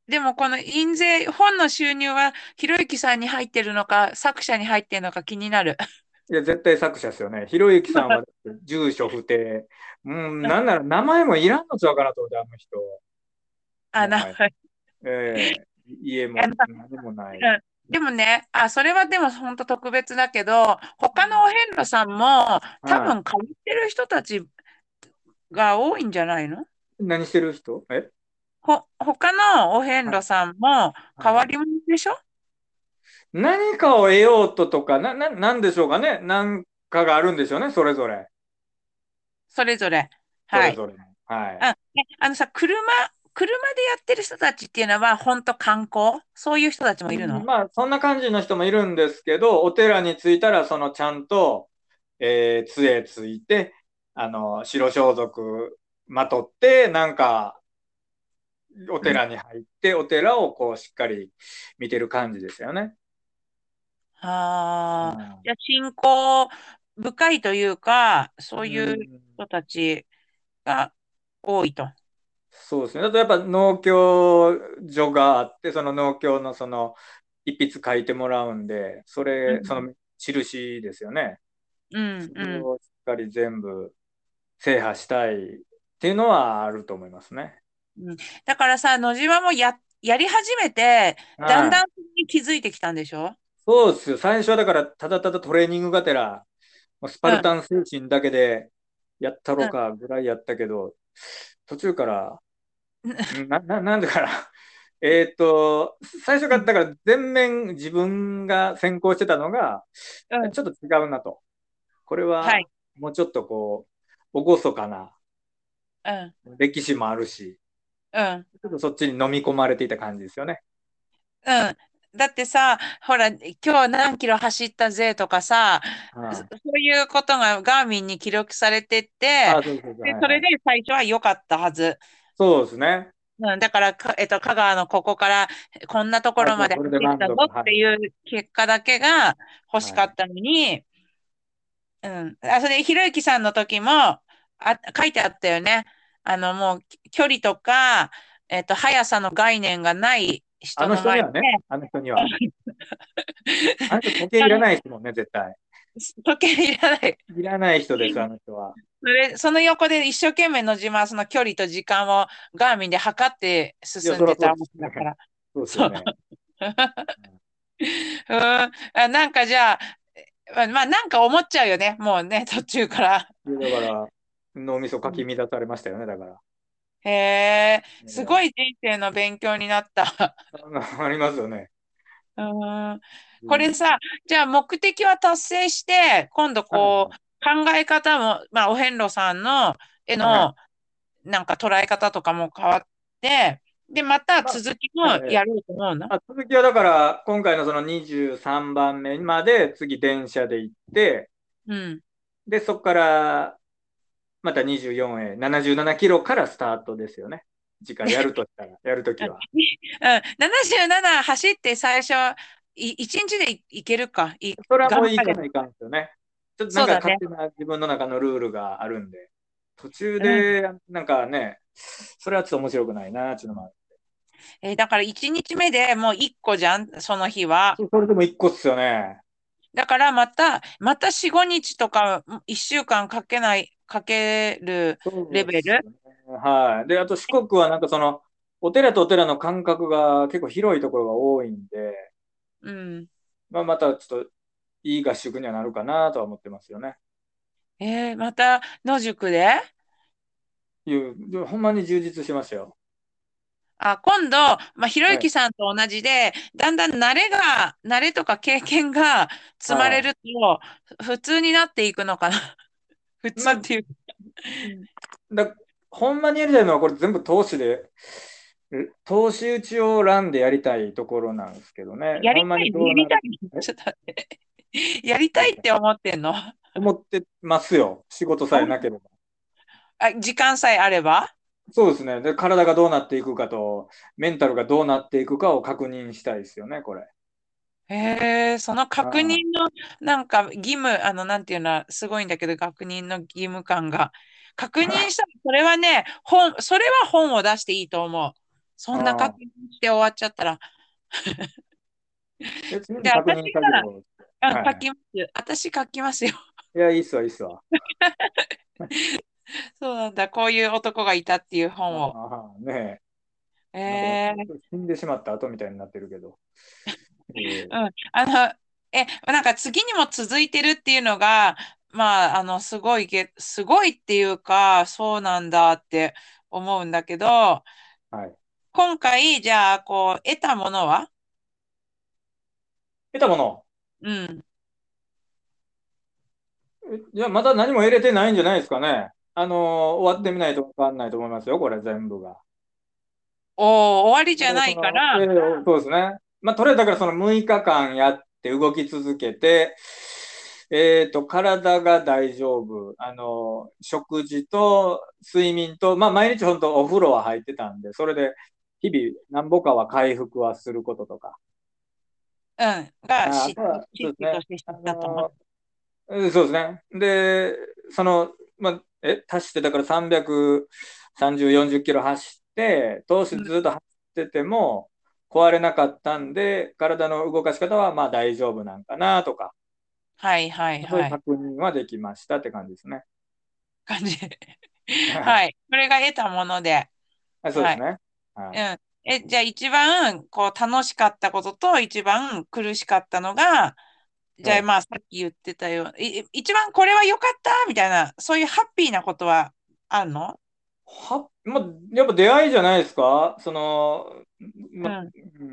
でもこの印税、本の収入はひろゆきさんに入ってるのか、作者に入ってるのか気になる。 いや、絶対作者ですよね。ひろゆきさんは住所不定。うん、なんなら名前もいらんのちゃうかなと思って、あの人。 あ、な、 もはや。ええ家もあの何もない。 うんでもね、あ、それはでも本当特別だけど、他のお遍路さんも多は分変わってる人たちが多いんじゃないの？ い。何してる人えほ、他のお遍はい。 路さんも変はい。 わり者でしょ？ 何かを得ようととか、な、な、なんでしょうかね。なんかがあるんでしょうね、それぞれ。 それぞれ。はい。 それぞれ。はい。 あ、ねあのさ、車、車でやってる人たちっていうのは本当観光そういう人たちもうん、 いるの？ まあ、そんな感じの人もいるんですけど、お寺に着いたら、そのちゃんと、えー、杖ついて、あの、白装束まとって、なんか、おうん。 寺に入って、お寺をこう、しっかり見てる感じですよね。うああ、じゃん。 あ信仰深いというか、そうういうん、 人たちが多いと。 そうですね。あとやっぱ農協所があって、その農協のその一筆書いてもらうんで、それ、そうん、 の印ですよね。 うん、 それうん。 をしっかり全部制覇したいっていうのはあると思いますね。 うん、だからさ、野島もや、やり始めて、だんはい。 だんに気づいてきたんでしょ？ そうですよ。最初はだから、ただただトレーニングがてら、もうスパルうん、 タン精神だけでやったろうん。 かぐらいやったけど、途中から、んな、な、なんでかな。えーっと、最初から、 うん、 だから全面自分が先行してたのが、 うん。 ちょっと違うなと。これははい。 もうちょっとこう、厳かなうん、 歴史もあるし、 うん、 ちょっとそっちに飲み込まれていた感じですよね。 うん。だってさ、ほら、今日何キロ走ったぜとかさ、そはい。 そういうことがガーミンに記録されてって、 あ、そうそうそう、 で、それではいはい。 最初は良かったはず。 そうですね。 うん、だから、かえっと、香川のここからこんなとこあ、 ろまでそう、これで走ったぞ満足。はい。 っていう結果だけが欲しはい。 かったのに、うん。あ、それで、ひろゆきさんの時も、あ、書いてあったよね。あの、もう、距離とか、えっと、速さの概念がないあの人の前で、 人にはね、あの人には。あの人時計いらないですもんね、絶対。 時計いらない。 いらない人です、あの人は。 それ、その横で一生懸命野島はその距離と時間をガーミンで測っていや、 進んでたわそりゃそうですよね。 けだから。 そうですよそう。 ね。 うん、あ、なんかじゃあ、まあ、まあなんか思っちゃうよね。もうね、途中から。 いやだから、脳みそかきうん、 乱されましたよね、だから。 へえ、すごえい人生の勉強になった。 ーありますよね。 うん、 うん。 これさ、じゃあ目的は達成して、今度こう、 はい。 考え方も、まあ、お遍路さんの絵はい。 のなんか捉え方とかも変わって、で、またまあ、 続きもええやろうと思うの？ あ、続きはだから、今回のそのにじゅうさんばんめまで次電車で行って、 うん。 で、そこからまたにじゅうよんへ、ななじゅうななキロからスタートですよね。次回やるとしたら、やるときは。 うん、ななじゅうなな走って最初、いいちにちでいいけるか。い、 それはもう頑張れ。 行かないかんですよね。ちょっとなんかそうだね。 勝手な自分の中のルールがあるんで、途中うん。 でなんかね、それはちょっと面白くないな、ちょっとまあ。 えーだからいちにちめでもういっこじゃん、その日は。 そそれでも一個っすよね。 だからまた、またよん、ごにちとかいっしゅうかんかけない、かけるそうっレベル。 すよね。はい。で、あと四国はなんかその、お寺とお寺の間隔が結構広いところが多いんで、 うん。 まあ、またちょっといい合宿にはなるかなとは思ってますよね。 えーまた野宿でいう、でほんまに充実しましたよ。 あ、今度、まあ、ひろゆはい。 きさんと同じで、だんだん慣れが、慣れとか経験が積まれはると、普通になっていくのかな。普い。まあ、 通っていう。 だ、ほんまにやりたいのはこれ全部投資で、投資打ちをランでやりたいところなんですけどね。ほんまにやりたいのどうなる、 やりたいのえちょっと待って。やりたいって思ってんの？あ、 思ってますよ。仕事さえなければ。 あ時間さえあれば。 そうですね。で、体がどうなっていくかと、メンタルがどうなっていくかを確認したいですよね、これ。 へえ、その確認あの、なんか義務、あの、なんていうのは、すごいんだけど、確認の義務感が。確認したら、それはね、本、それは本を出していいと思う。 そんな確ああ。 認して終わっちゃったら。 え、常で、 に確認作私なら、 業。 うん、 はいはい。 書きます。私書きますよ。 いや、いいっすわ、いいっすわ。 そうなんだ。こういう男がいたっていうあ本を。 あ、ねえ。なんか、 えー、 死んでしまった後みたいになってるけど。えー、 うん。あの、え、なんか次にも続いてるっていうのが、まあ、あの、すごいげ、すごいっていうか、そうなんだって思うんだけど、 はい。 今回、じゃあ、こう、得たものは？ 得たもの。 うん。 えいや、まだ何も入れてないんじゃないですかね。あのー終わってみないと分かんないと思いますよ、これ全部が。 おー、終わりじだからゃないかその、えら、 ーそうですね。まあ、とりあえずだからそのむいかかんやって動き続けて、えっと、体が大丈夫。あの、食事と睡眠と、まあ、毎日本当お風呂は入ってたんで、それで日々なんぼかは回復はすることとか。 うん、が、 あ、あ知、 とは、 知そうですね。 識として知あったと思う。 の、うんそうですね。で、その、まあ、え、足してだからさんびゃくさんじゅう、よんじゅっキロ走って、通しうん、 ずっと走ってても壊れなかったんで、体の動かし方はまあ大丈夫なんかなとか、 はいはいそういうはい。 確認はできましたって感じですね。 感じ。 はい。 はい。これが得たもので。 はいそうではい。 すね。はい。 うん。え、じゃあ一番、こう、楽しかったことと一番苦しかったのが、じゃあええまあさっき言ってたように、い一番これは良かったみたいな、そういうハッピーなことはあるの？ は、まあ、やっぱ出会いじゃないですか。その、ま、 うん。 うん、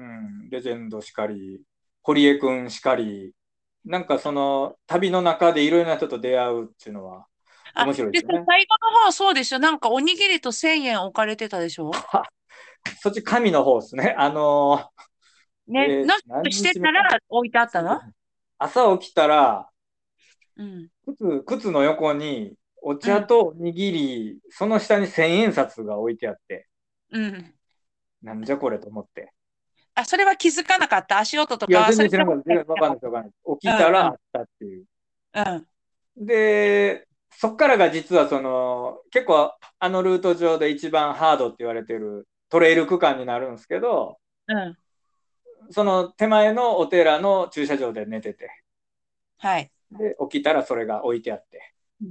レジェンドしかり、堀江くんしかり、なんかその旅の中でいろいろな人と出会うっていうのはあ、 面白いでで、 すよね。 最後の方そうでしょ？なんかおにぎりとせんえん置かれてたでしょ？ そっち神の方ですね。あのー、 ね、 えーの何してたら日目かな。 置いてあったの？ 朝起きたら、 うん。 靴、靴の横におうん。 茶とおにぎり、その下に千円札が置いてあって、 うん。 なんじゃこれと思って。 あ、それは気づかなかった。足音といや、 かは、 全それでも然知らなかった。全然わかんないです、わかんないです。起きたうんうん。 らあったっていう。 うん。 で、そっからが実はその、結構あのルート上で一番ハードって言われてるトレイル区間になるんですけど、 うん。そその手前のお寺の駐車場で寝てて、 はい。 で、起きたらそれが置いてあって、 うん。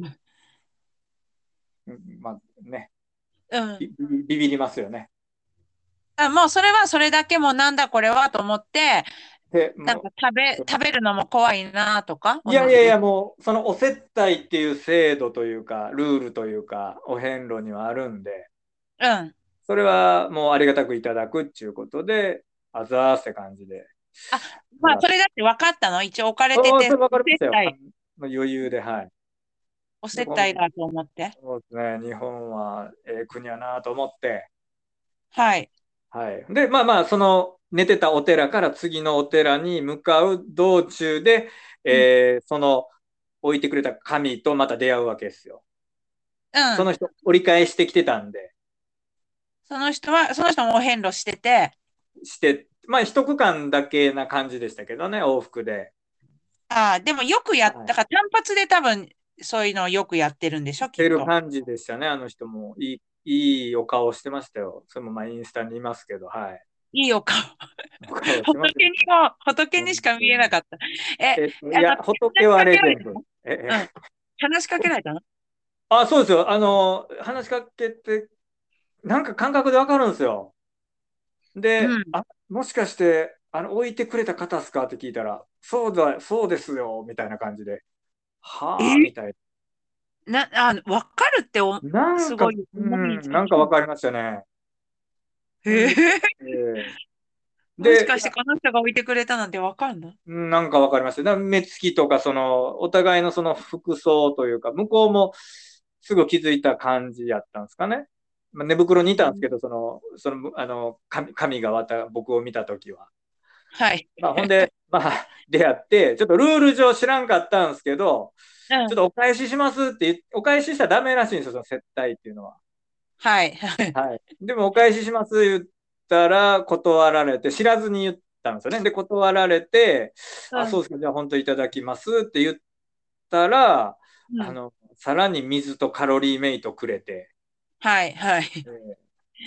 うんまあね、 うん。 ビビビビりますよね。 あ、もうそれはそれだけもうなんだこれはと思って、 で、 なんかも食べ、食べるのも怖いなとか、 う、いおにぎり。 やいやいや、もう、そのお接待っていう制度というか、ルールというか、お遍路にはあるんで、 うん。 それはもうありがたくいただくっていうことで、あざーって感じであ、まあ、 もらっそれだって分かったの？一応置かれああ、 てて、 それ分かりましたよ。あ接待、 の余裕で、はい。 おで、この接待だと思って。 そうですね、日本はええ国やなと思って、 はい。 はい。で、まあまあ、その寝てたお寺から次のお寺に向かう道中で、 うん。 えーその置いてくれた神とまた出会うわけですよ。 うん。 その人、折り返してきてたんで、 その人は、その人もお遍路してて、 して、まあ、一区間だけな感じでしたけどね、往復で。 ああ、でもよくやっはい。 たから、単発で多分、そういうのをよくやってるんでしょ、きっと。 てる感じでしたね、あの人も。いい、いいお顔してましたよ。それもまあインスタにいますけど、はい。 いいお顔。 お顔してますよ。 仏にも、仏にし本か当に。 見えなかった。え、 えっと、いあの、 や、仏は話しかけレジェンド。 られたの？ え、え、 うん。話しかけられたの？ あ、そうですよ。あの、話しかけて、なんか感覚でわかるんですよ。で、 うん。 あ、もしかして、あの、置いてくれた方っすかって聞いたら、そうだ、そうですよ、みたいな感じで、はあ、みえたいな、あ、わかるってお、 な。なんか、 すごいう思いん、 つき。 なんかわかりましたね。ほんで、 へえ。 えーで、 もしかしてこの人が置いてくれたなんてわかるの？ なんかわかりました。だから目つきとか、その、お互いのその服装というか、向こうもすぐ気づいた感じやったんですかね。まあ、寝袋にいたんですけど、その、その、あの、神神がわた僕を見たときは。 はい。 まあ、ほんで、まあ、出会って、ちょっとルール上知らんかったんですけど、 うん。 ちょっとお返ししますって言っお返ししたらダメらしいんですよ、その接待っていうのは。 はい。はい。 はい。でも、お返しします言ったら断られて、知らずに言ったんですよね。で、断られて、あ、そうん。 うですか、じゃあ本当いただきますって言ったら、 うん。 あの、さらに水とカロリーメイトくれて、 はい。はい。 えー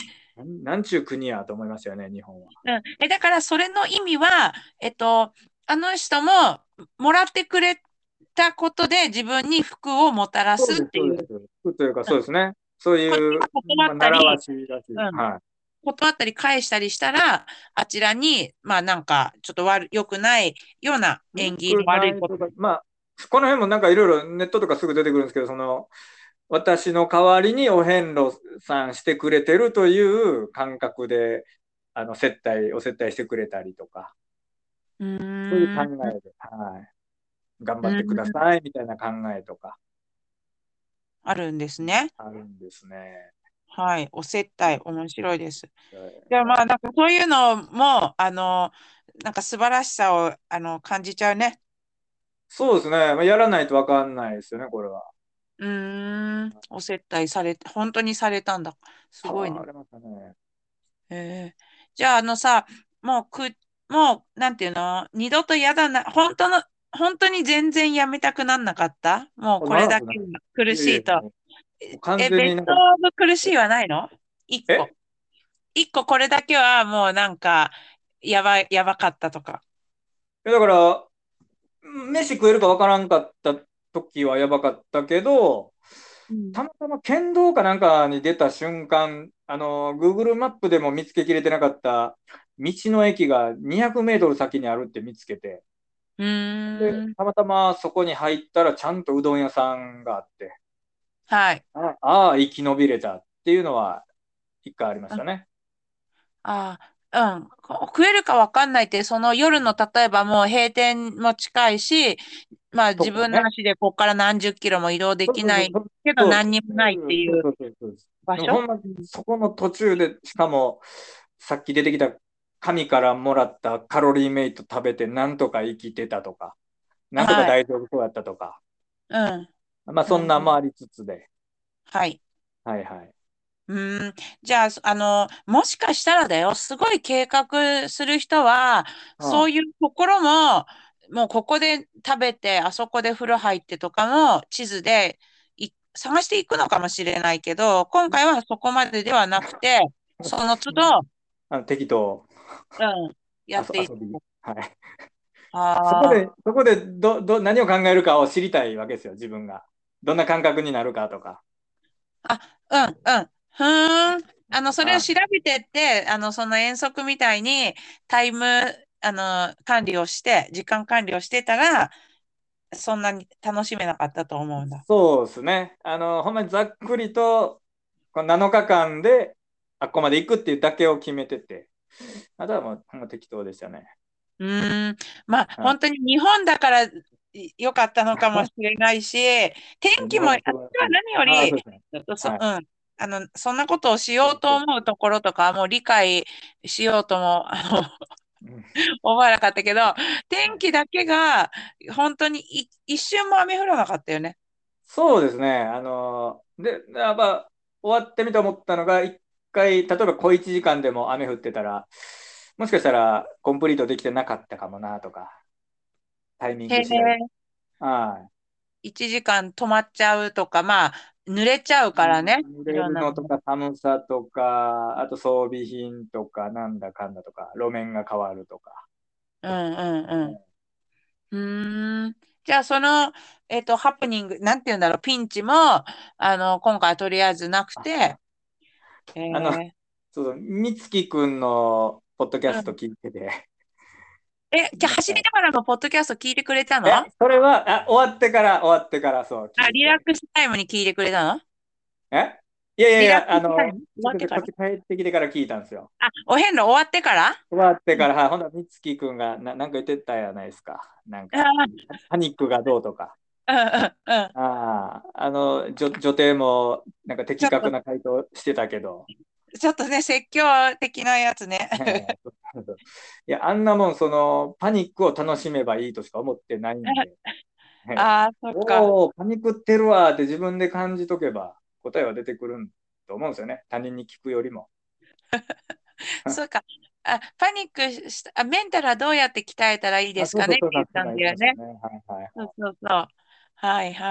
なんなんちゅう国やと思いますよね、日本は。 うん。え、だからそれの意味は、えっと、あの人ももらってくれたことで自分に福をもたらすそうです、 っていう。 そうです。服というか、 うん。 そうですね。そうこっちいう、 が断まあ、習わったり、 しらしい。 うん。 はい。 断ったり返したりしたら、あちらに、まあなんか、ちょっと悪、良くないような縁起のよく悪いこと。 ないとか、まあ、この辺もなんかいろいろネットとかすぐ出てくるんですけど、その、私の代わりにお遍路さんしてくれてるという感覚で、あの、接待、お接待してくれたりとか、 うそういう考ーん。 えで、はい。頑う張ってくだーん。 さいみたいな考えとか、 あるんですうんね。 あるんですね。 はい。お接待、面白いです。じゃあまあ、 まあ、 なんかそういうのも、あの、なんか素晴らしさを、あの、感じちゃうね。 そうですね。まあ、やらないとわかんないですよね、これは。 うーん。お接待されて、本当にされたんだ。すごいね。 されましたね。 えー、じゃあ、あのさ、もうく、もう、なんていうの、二度と嫌だな、本当の、本当に全然やめたくなんなかった？もうこれだけならずない。 は苦いやいや、 しいと。 もう完え、ベスト全になんか、 オブ苦しえいはないの？一え個。一個これだけはもうなんか、やばい、やばかったとか。 えだから、飯食えるかわからんかった時はやばかったけど、 うん。 たまたま県道かなんかに出た瞬間、あの、Google マップでも見つけきれてなかった道の駅がにひゃくメートル先にあるって見つけて、 うで、 ーん。 たまたまそこに入ったらちゃんとうどん屋さんがあって、 はい。 あああ、生き延びれたっていうのは一回ありましたね。 ああ、うん。こ食えるかわかんないって、その夜の、例えばもう閉店も近いし、まあ自分のとかね。 足でここから何十キロも移動でそうきないそうそう、 けどそう、途何にもないって中、 いうそうそうそうそう。 場所？ でもほんま、 うん。 そこの途中で、しかも、さっき出てきた神からもらったカロリーメイト食べて、なんとか生きてたとか、なんとかはい。 大丈夫そうやったとか、 うん。 まあそんうん。 なんもありつつで、 はい。 はいはい。 うーん。じゃあ、あの、もしかしたらだよ、すごい計画する人は、 うん、 そういうところも、もうここで食べて、あそこで風呂入ってとかも、地図でい探していくのかもしれないけど、今回はそこまでではなくて、その都度、 あの適当うん、や遊っていっ遊び。はい。そこで、 あそこでど、ど、何を考えるかを知りたいわけですよ、自分が。どんな感覚になるかとか。 あ、あ、うん、うん。ふーん。あの、それをあ、 調べてって、あの、その遠足みたいにタイム、あの、管理をして、時間管理をしてたら、そんなに楽しめなかったと思うんだ。 そうですね。あの、ほんまにざっくりと、このなのかかんで、あっこまで行くっていうだけを決めてて、あとはもう、ほんま適当でしたね。 うーん。まあ、 はい。 本当に日本だからい良かったのかもしれないし、天気も、私日本は素晴らしはい。 何よああ、 り、 そうですね。 ちょっとそ、 はい。 うん。あの、そんなことをしようとそうそう。 思うところとか、もう理解しようとも、あの、 うん、 思わなかったけど、天はい、 気だけが、本当にい一瞬も雨降らなかったよね。 そうですね。あの、で、やっぱ、終わってみて思ったのが、一回、例えば小いちじかんでも雨降ってたら、もしかしたらコンプリートできてなかったかもなとか、タイミンへえ、 グ次第。はい。 いちじかん止まっちゃうとか、まあ、濡れちゃうからね。 濡いれるのとろんなもの。 か寒さとか、あと装備品とか、なんだかんだとか、路面が変わるとか。 うんうんうん。うーん。じゃあ、その、えっと、ハプニング、なんて言うんだろう、ピンチも、あの、今回はとりあえずなくて、えあの、 ー、 そうそう、みつきくんのポッドキャうん。 スト聞いてて、 え、じゃあ、 なんか、 走りながらもポッドキャスト聞いてくれたえ、 の？ それは、あ、終わってから、終わってから、そう、聞あ、 いて。 リラックスタイムに聞いてくれたの？ えいやいやいリラックや、あの、 スタイム終ちょっわってから？ とこっち帰ってきてから聞いたんですよ。 あ、お遍路終わってから？ 終わってうん。 から、はい、ほんと、みつきくんがな、なんか言ってたやないですか。なんあか、 ー、 パニックがどうとか。 うんうんうん。 ああ、あの、女、女帝も、なんかちょっと、 的確な回答してたけど、 ちょっとね、説教的なやつね。 ええそうそういや、あんなもん、その、パニックを楽しめばいいとしか思ってないんで、ええああ、そっか。 おお、パニックってるわって自分で感じとけば、答えは出てくると思うんですよね。他人に聞くよりも。 そうか。あ、パニックした、あ、メンタルはどうやって鍛えたらいいであ、 すそうそう、そうなん、 かねって言っそうなん言ったんだよね。 てましたよね。はいはいそうはい。 そうそう。はいはい。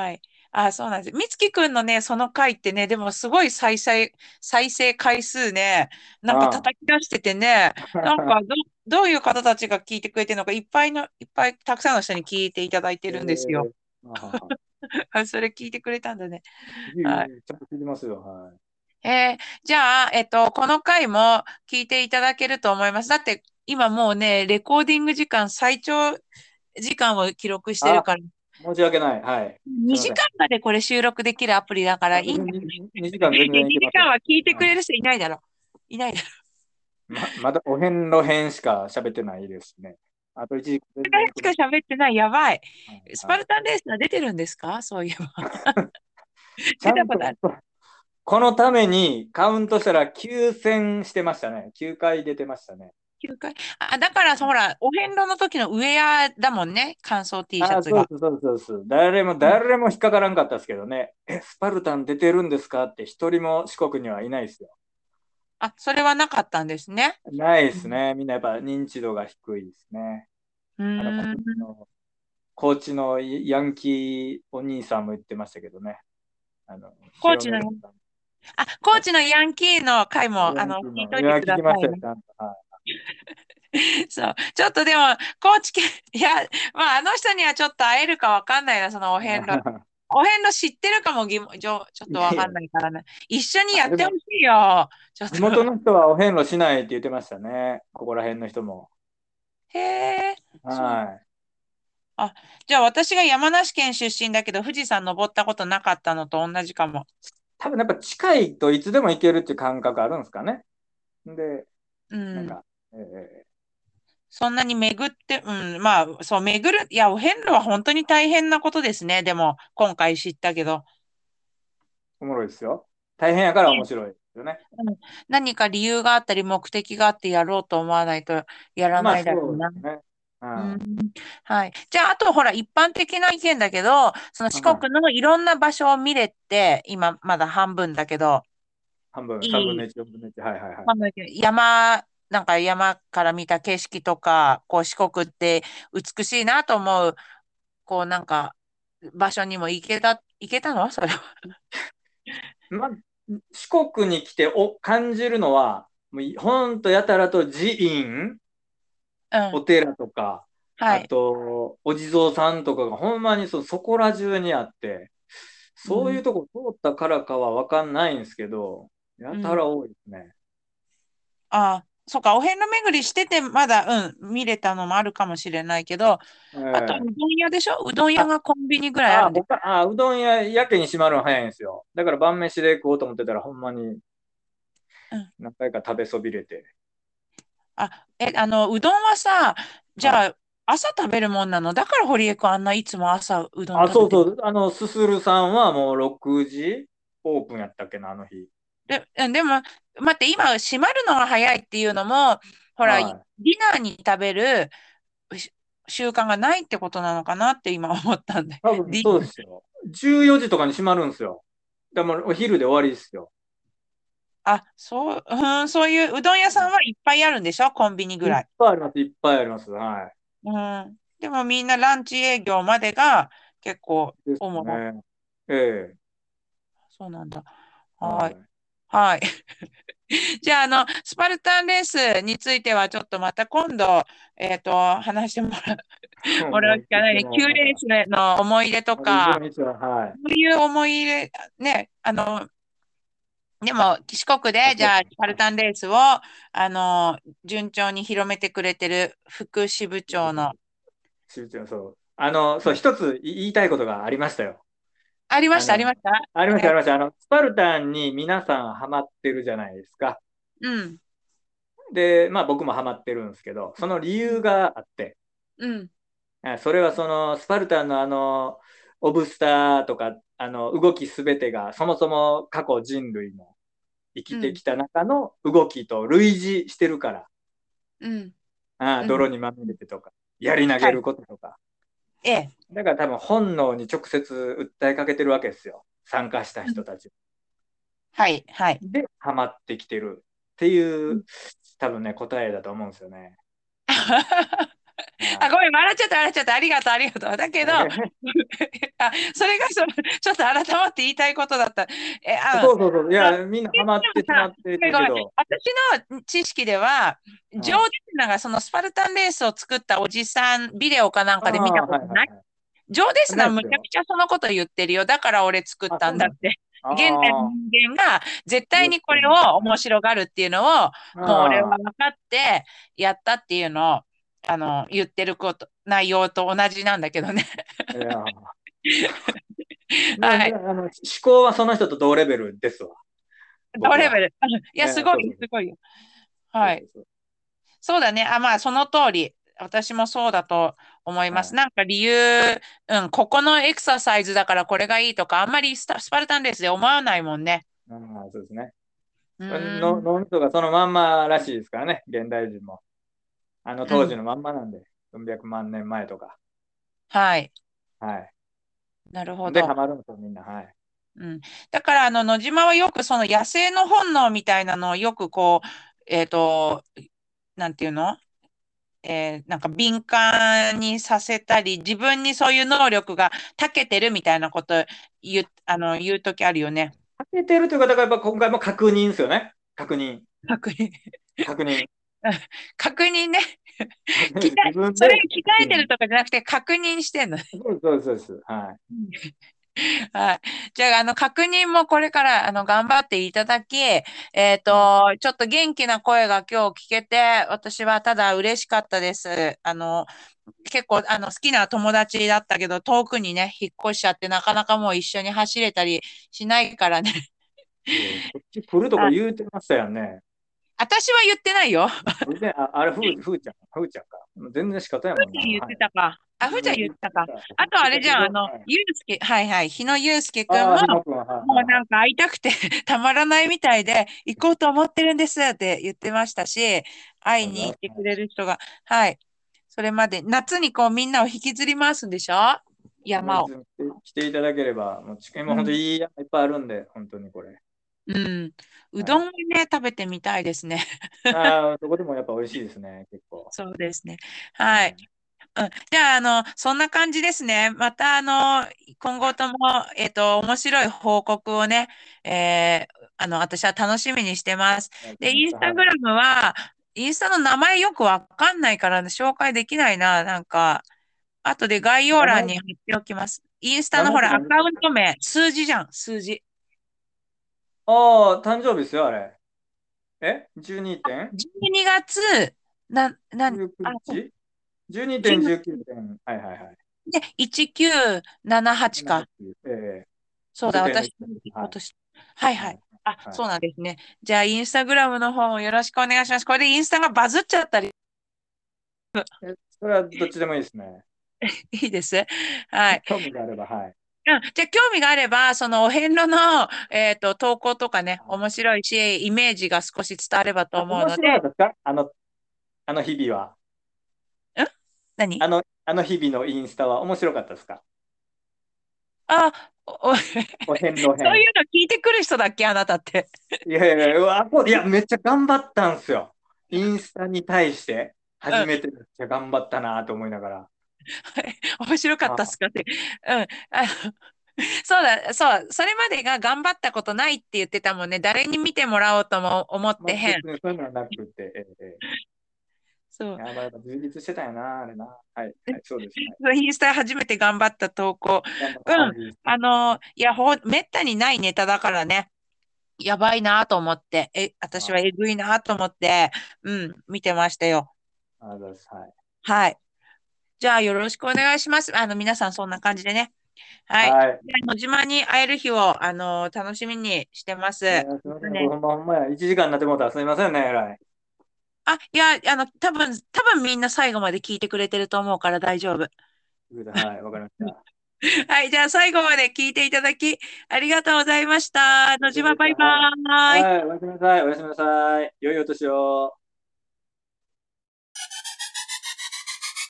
あ、そうなんです。みつきくんのね、その回ってね、でもすごい再生、再生回数ね、なんかあ叩き出しててね、なんかど、どういう方たちが聞いてくれてるのか、いっぱいの、いっぱいたくさんの人に聞いていただいてえるんですよ。 ー、あはは。 あ、それ聞いてくれたんだね。 いえいはい。 えちゃんと聞いてますよ。はい。 えーじゃあ、えっと、この回も聞いていただけると思います。だって、今もうね、レコーディング時間、最長時間を記録してるあ、 から、 申し訳ない。はい。すいま 2 せん。 時間までこれ収録できるアプリだからあ、 いいんだよね。 に、時間全いや、2 然いけますよ。 時間は聞いてくれはい。 る人いないだろ。いないだろ。 ま、まだお遍路編しか喋ってないですね。あといちじかん全然いしかけます。 喋ってない。やばい。 はい。 スパはい。 ルタンレースは出てるんですか？そういえば。 ちゃんと、 出たことある。 このためにカウントしたらきゅう戦してましたね。きゅうかい出てましたね。 きゅうかい。あ、だからさ、ほら、お遍路の時のウェアだもんね。乾燥 T シャああ、 ツが。 そうです、そうです、そうです。誰も、 うん。 誰も引っかからんかったですけどね。え、スパルタン出てるんですかって一人も四国にはいないですよ。 あ、それはなかったんですね。 ないでうん。 すね。みんなやっぱ認知度が低いですね。 うあの、 ー高知ん。 の、高知のヤンキーお兄さんも言ってましたけどね。あの、白コーチの、 目さん。 あ、コーチのヤンキーの回も、 ヤあの、 ンキーの、いや、 聞いといてく聞きましたよ、 ださいね。 ちゃんと。はそう。ちょっとでも、高知県、いや、まあ、あの人にはちょっと会えるかわかんないな、そのお遍路。お遍路知ってるかも疑問、ちょ、ちょっい。 とわかんいやいや、 ないからね。一緒にやあ、でも、 ってほしいよ。ちょっと。 地元の人はお遍路しないって言ってましたね。ここら辺の人も。 へえ、そう。 はい。 あ、じゃあ私が山梨県出身だけど、富士山登ったことなかったのと同じかも。 多分やっぱ近いといつでも行けるっていう感覚あるんですかね。で、 うん。 なんか、えーそんなに巡って、うん、まあ、そう、巡る、いや、お遍路は本当に大変なことですね。でも、今回知ったけど。 おもろいですよ。大変やから面ね。 白いですよね。 うん。何か理由があったり、目的があってやろうと思わないとやらまあないだろうな。 そうですね。 うん。 ははい。じゃあ、あと、ほら、一般的な意見だけど、そのい。 四はい。 国のいろんな場所を見れて、今、まだ半分だけど、 半分、 いい、 三分の一、四分の一。はいはいはい。 まあ山、なんか山から見た景色とか、こう、四国って美しいなと思う、こう、なんか、場所にも行けた、行けたのそれは。 まあ、四国に来てお感じるのは、もうほんとやたらと寺院、 うん。 お寺とか、あはい。 と、お地蔵さんとかがほんまにそ、そこら中にあって、 うん。 そういうとこ通ったからかはわかんないんですけど、やうん。 たら多いですね。 ああ、そっか、お遍路巡りしてて、まだ、うん、見れたのもあるかもしれないけど、あと、うええ。 どん屋でしょ？うどん屋あ、 がコンビニぐらいああ、 るんで。 他、あ、うどん屋やけに閉まるの早いんですよ。だから晩飯で食おうと思ってたら、ほんまにうん。 何回か食べそびれて。 あ、え、あの、うどんはさ、じはい。 ゃあ、朝食べるもんなの？だから堀江くんあんないつも朝うどんあ、 食べてる。 そうそう。あの、すするさんはもうろくじオープンやったっけな、あの日。 で、うんでも、待って、今、閉まるのが早いっていうのも、ほら、ディはい。 ナーに食べるし習慣がないってことなのかなって今思ったんで。 多分ディそうですよ。じゅうよじとかに閉まるんですよ。でもお昼で終わりですよ。 あ、そう、うん、そういううどん屋さんはいっぱいあるんでしょ？コンビニぐいっらい。 ぱいあります、いっぱいあります。はい。 うん。でもみんなランチ営業までが結構です主な。 ね。ええ。 そうなんだ。はい。 はい。 はい。じゃあ、あの、スパルタンレースについてはちょっとまた今度、えっと、話してもらう、もらうもういしかないね。 つもきゅうまた、 レースの思い出といつか、 もいつも、はい。 そういう思い出、ね、あの、でも、四国あ、 で、じゃあ、スそうですね。はい。 パルタンレースを、あの、順調に広めてくれてる副支部長の、 集中、そう。あの、そう、一つ言いたいことがありましたよ。 ありました、ありあの、 ました。 ありました、あえ、 りました。あの、スパルタンに皆さんハマってるじゃないですか。 うん、 で、まあ僕もハマってるんですけど、その理由があって、 うん、 あそれはそのスパルタンのあの、オブスターとか、あの、動きすべてが、そもそも過去人類の生うん、 きてきた中の動きと類似してるから、 うん、 あうん。 泥にまみれてとか、やり投げはい。 ることとか。 ええ、 だから多分本能に直接訴えかけてるわけですよ。参加したうん。 人たち。 はい、はい。 で、ハマってきてるっていう、 うん。 多分ね、答えだと思うんですよね。 あ、 はごめん、笑っちゃった、笑っちゃった。ありがとう、ありがとう。だけど、あ、 い。 それがその、ちょっと改まって言いたいことだった。え、あ、 そうそうそう。いあ、 や、みんなハマってしまでもさ、 ってごめんごめん。 たけど、 私の知識では、ジョーはい。 ディスナがそのスパルタンレースを作ったおじさん、ビデオかなんかで見たああ、 ことない？ はいはいはジョーディスい。 ナないっすよ。 むちゃくちゃそのこと言ってるよ。だから俺作っあ、 たそうなんですか。 んだって。現代のああ、 人間が絶対言っにこれをてんの。 面白がるっていうのを、もう俺はあ分かってやったっていうのを、あの、言ってること、内容と同じなんだけどね。 あ、いや、 はい。 ななあの、思考はその人と同レベルですわ、僕は。 同レベル。いや、すえーごい、 そうそうそう。 すごいよ。はい。 そうそうそう。 そうだね。あ、まあ、その通り。私もそうだと思います。 はい。 なんか理由、うん、ここのエクササイズだからこれがいいとか、あんまりスタスパルタンレースで思わないもんね。 ああ、そうですね。 うのん。 脳みそがそのまんまらしいですからね、現代人も。あのうん。 当時のまんまなんで、よんびゃくまん年前とか。 はい。 はい。で、 なるほど。 ハマるんですよ、みんな。はい。 うん。だから、あの、野島はよくその野生の本能みたいなのをよくこう、えっと、なんていうのえーなんか敏感にさせたり、自分にそういう能力が長けてるみたいなこと言う、あの、言うときあるよね。 かけてるというか、だからやっぱ今回も確認ですよね。確認。 確認。 確認。 確認ね。 確認鍛え、 自分でそれ鍛えてる確認。 とかじゃなくて確認してんの。 そうです、そうです。そうですはい。 はい。じゃあ、あの、確認もこれから、あの、頑張っていただき、えっはい。 と、ちょっと元気な声が今日聞けて、私はただ嬉しかったです。あの、結構、あの、好きな友達だったけど、遠くにね、引っ越しちゃって、なかなかもう一緒に走れたりしないからね。 いやこっち来るとかあ、 言うてましたよね。 私は言ってないよ。 全然、あ、あれ、ふー、ふーちゃん、ふーちゃんか。全然仕方やもんな。 ふーちゃん言っはい。 てたか。あ、ふーちゃん言言ってたか。 ってた、 あ言ってとあれじゃん、あたけど、 の、 はい。 ゆうすけ、はいはい、日野ゆうすけくんああ、 も、 日野くんは、はいもうはいはい。 なんか会いたくてたまらないみたいで、行こうと思ってるんですって言ってましたし、会いに行ってくありがとうございます。 れる人が、はい。それまで、夏にこうみんなを引きずり回すんでしょ？山を。 いつも来て来ていただければ、もう地球も本当うん。 いい山いっぱいあるんで、本当にこれ。 うん。うはい。 どんをね、食べてみたいですね。 ああ、どこでもやっぱ美味しいですね、結構。 そうですね。はい。 うん。 うん、じゃあ、あの、そんな感じですね。また、あの、今後とも、えっと、面白い報告をね、えーあの、私は楽しみにしてます。で、 ありがとうございインスタます。はい。 グラムは、インスタの名前よくわかんないから、紹介できないな。なんか、後で概要名前、 欄に貼っておきます。インスタ名前ってのほら、アカ何でしたっけ？ ウント名、数字じゃん、数字。 ああー、誕生日ですよ、あれ。え ?じゅうに. 点じゅうにがつ、な、なん、 ?じゅうくあ、そう、 日 ?じゅうにてんじゅうきゅうてん。はいはいはい。 で、いちきゅうななはちか。 ななはちえー、 そうだ、 じゅうてんのいち。 私、 はい。 今年。はいはい。 はい。 あ、 はい。 そうなんですね。じゃあ、インスタグラムの方もよろしくお願いします。これでインスタがバズっちゃったり、 え、それはどっちでもいいですね。 いいです。はい。 興味があれば、はい。 うん、じゃあ、興味があれば、そのお遍路の、えっと、投稿とかね、面あ、 白いし、イメージが少し伝わればとあ面思うので、 白かったですか？あの、あの日々は。 ん何あの、あの日々のインスタは面白かったですか？ あ、お、おそういうお遍路編。 の聞いてくる人だっけ、あなたって。 いやいやいや、うわ、こういや、めっちゃ頑張ったんですよ。インスタに対して、 うん。 初めてめっちゃ頑張ったなと思いながら。 面白かったっあすかって。うん。あのそうだ、そう、それまでが頑張ったことないって言ってたもんね。誰に見てもらおうとも思っまあ、 てへん。 別にそういうのはなくて、ええええそう。 いや、まあ、やっぱ充実してたよな、あれな。はい、はい、そうです。はい。 インスタ初めて頑張った投稿。 頑張ったうん。 感じです。 あの、いや、ほ、めったにないネタだからね。やばいなと思って、え、私はあえぐいなと思って、うん、見てましたよ。 あ、あざっす。はい。 はい。じゃあ、よろしくお願いします。あの、皆さんそんな感じでね。はい。 はい。 で野島に会える日を、あの、楽しみにしてます。 ね、すみません。これね。 ほんまほんまや。いちじかんになってもうたらすみませんね、えらい。 あ、いや、あの、多分、多分みんな最後まで聞いてくれてると思うから大丈夫。 はい、わかりました。 はい、じゃあ最後まで聞いていただき、ありがとうございました。野島バイバはい。 ーイ。 はい、おやすみなさい。おやすみなさい。良いお年を。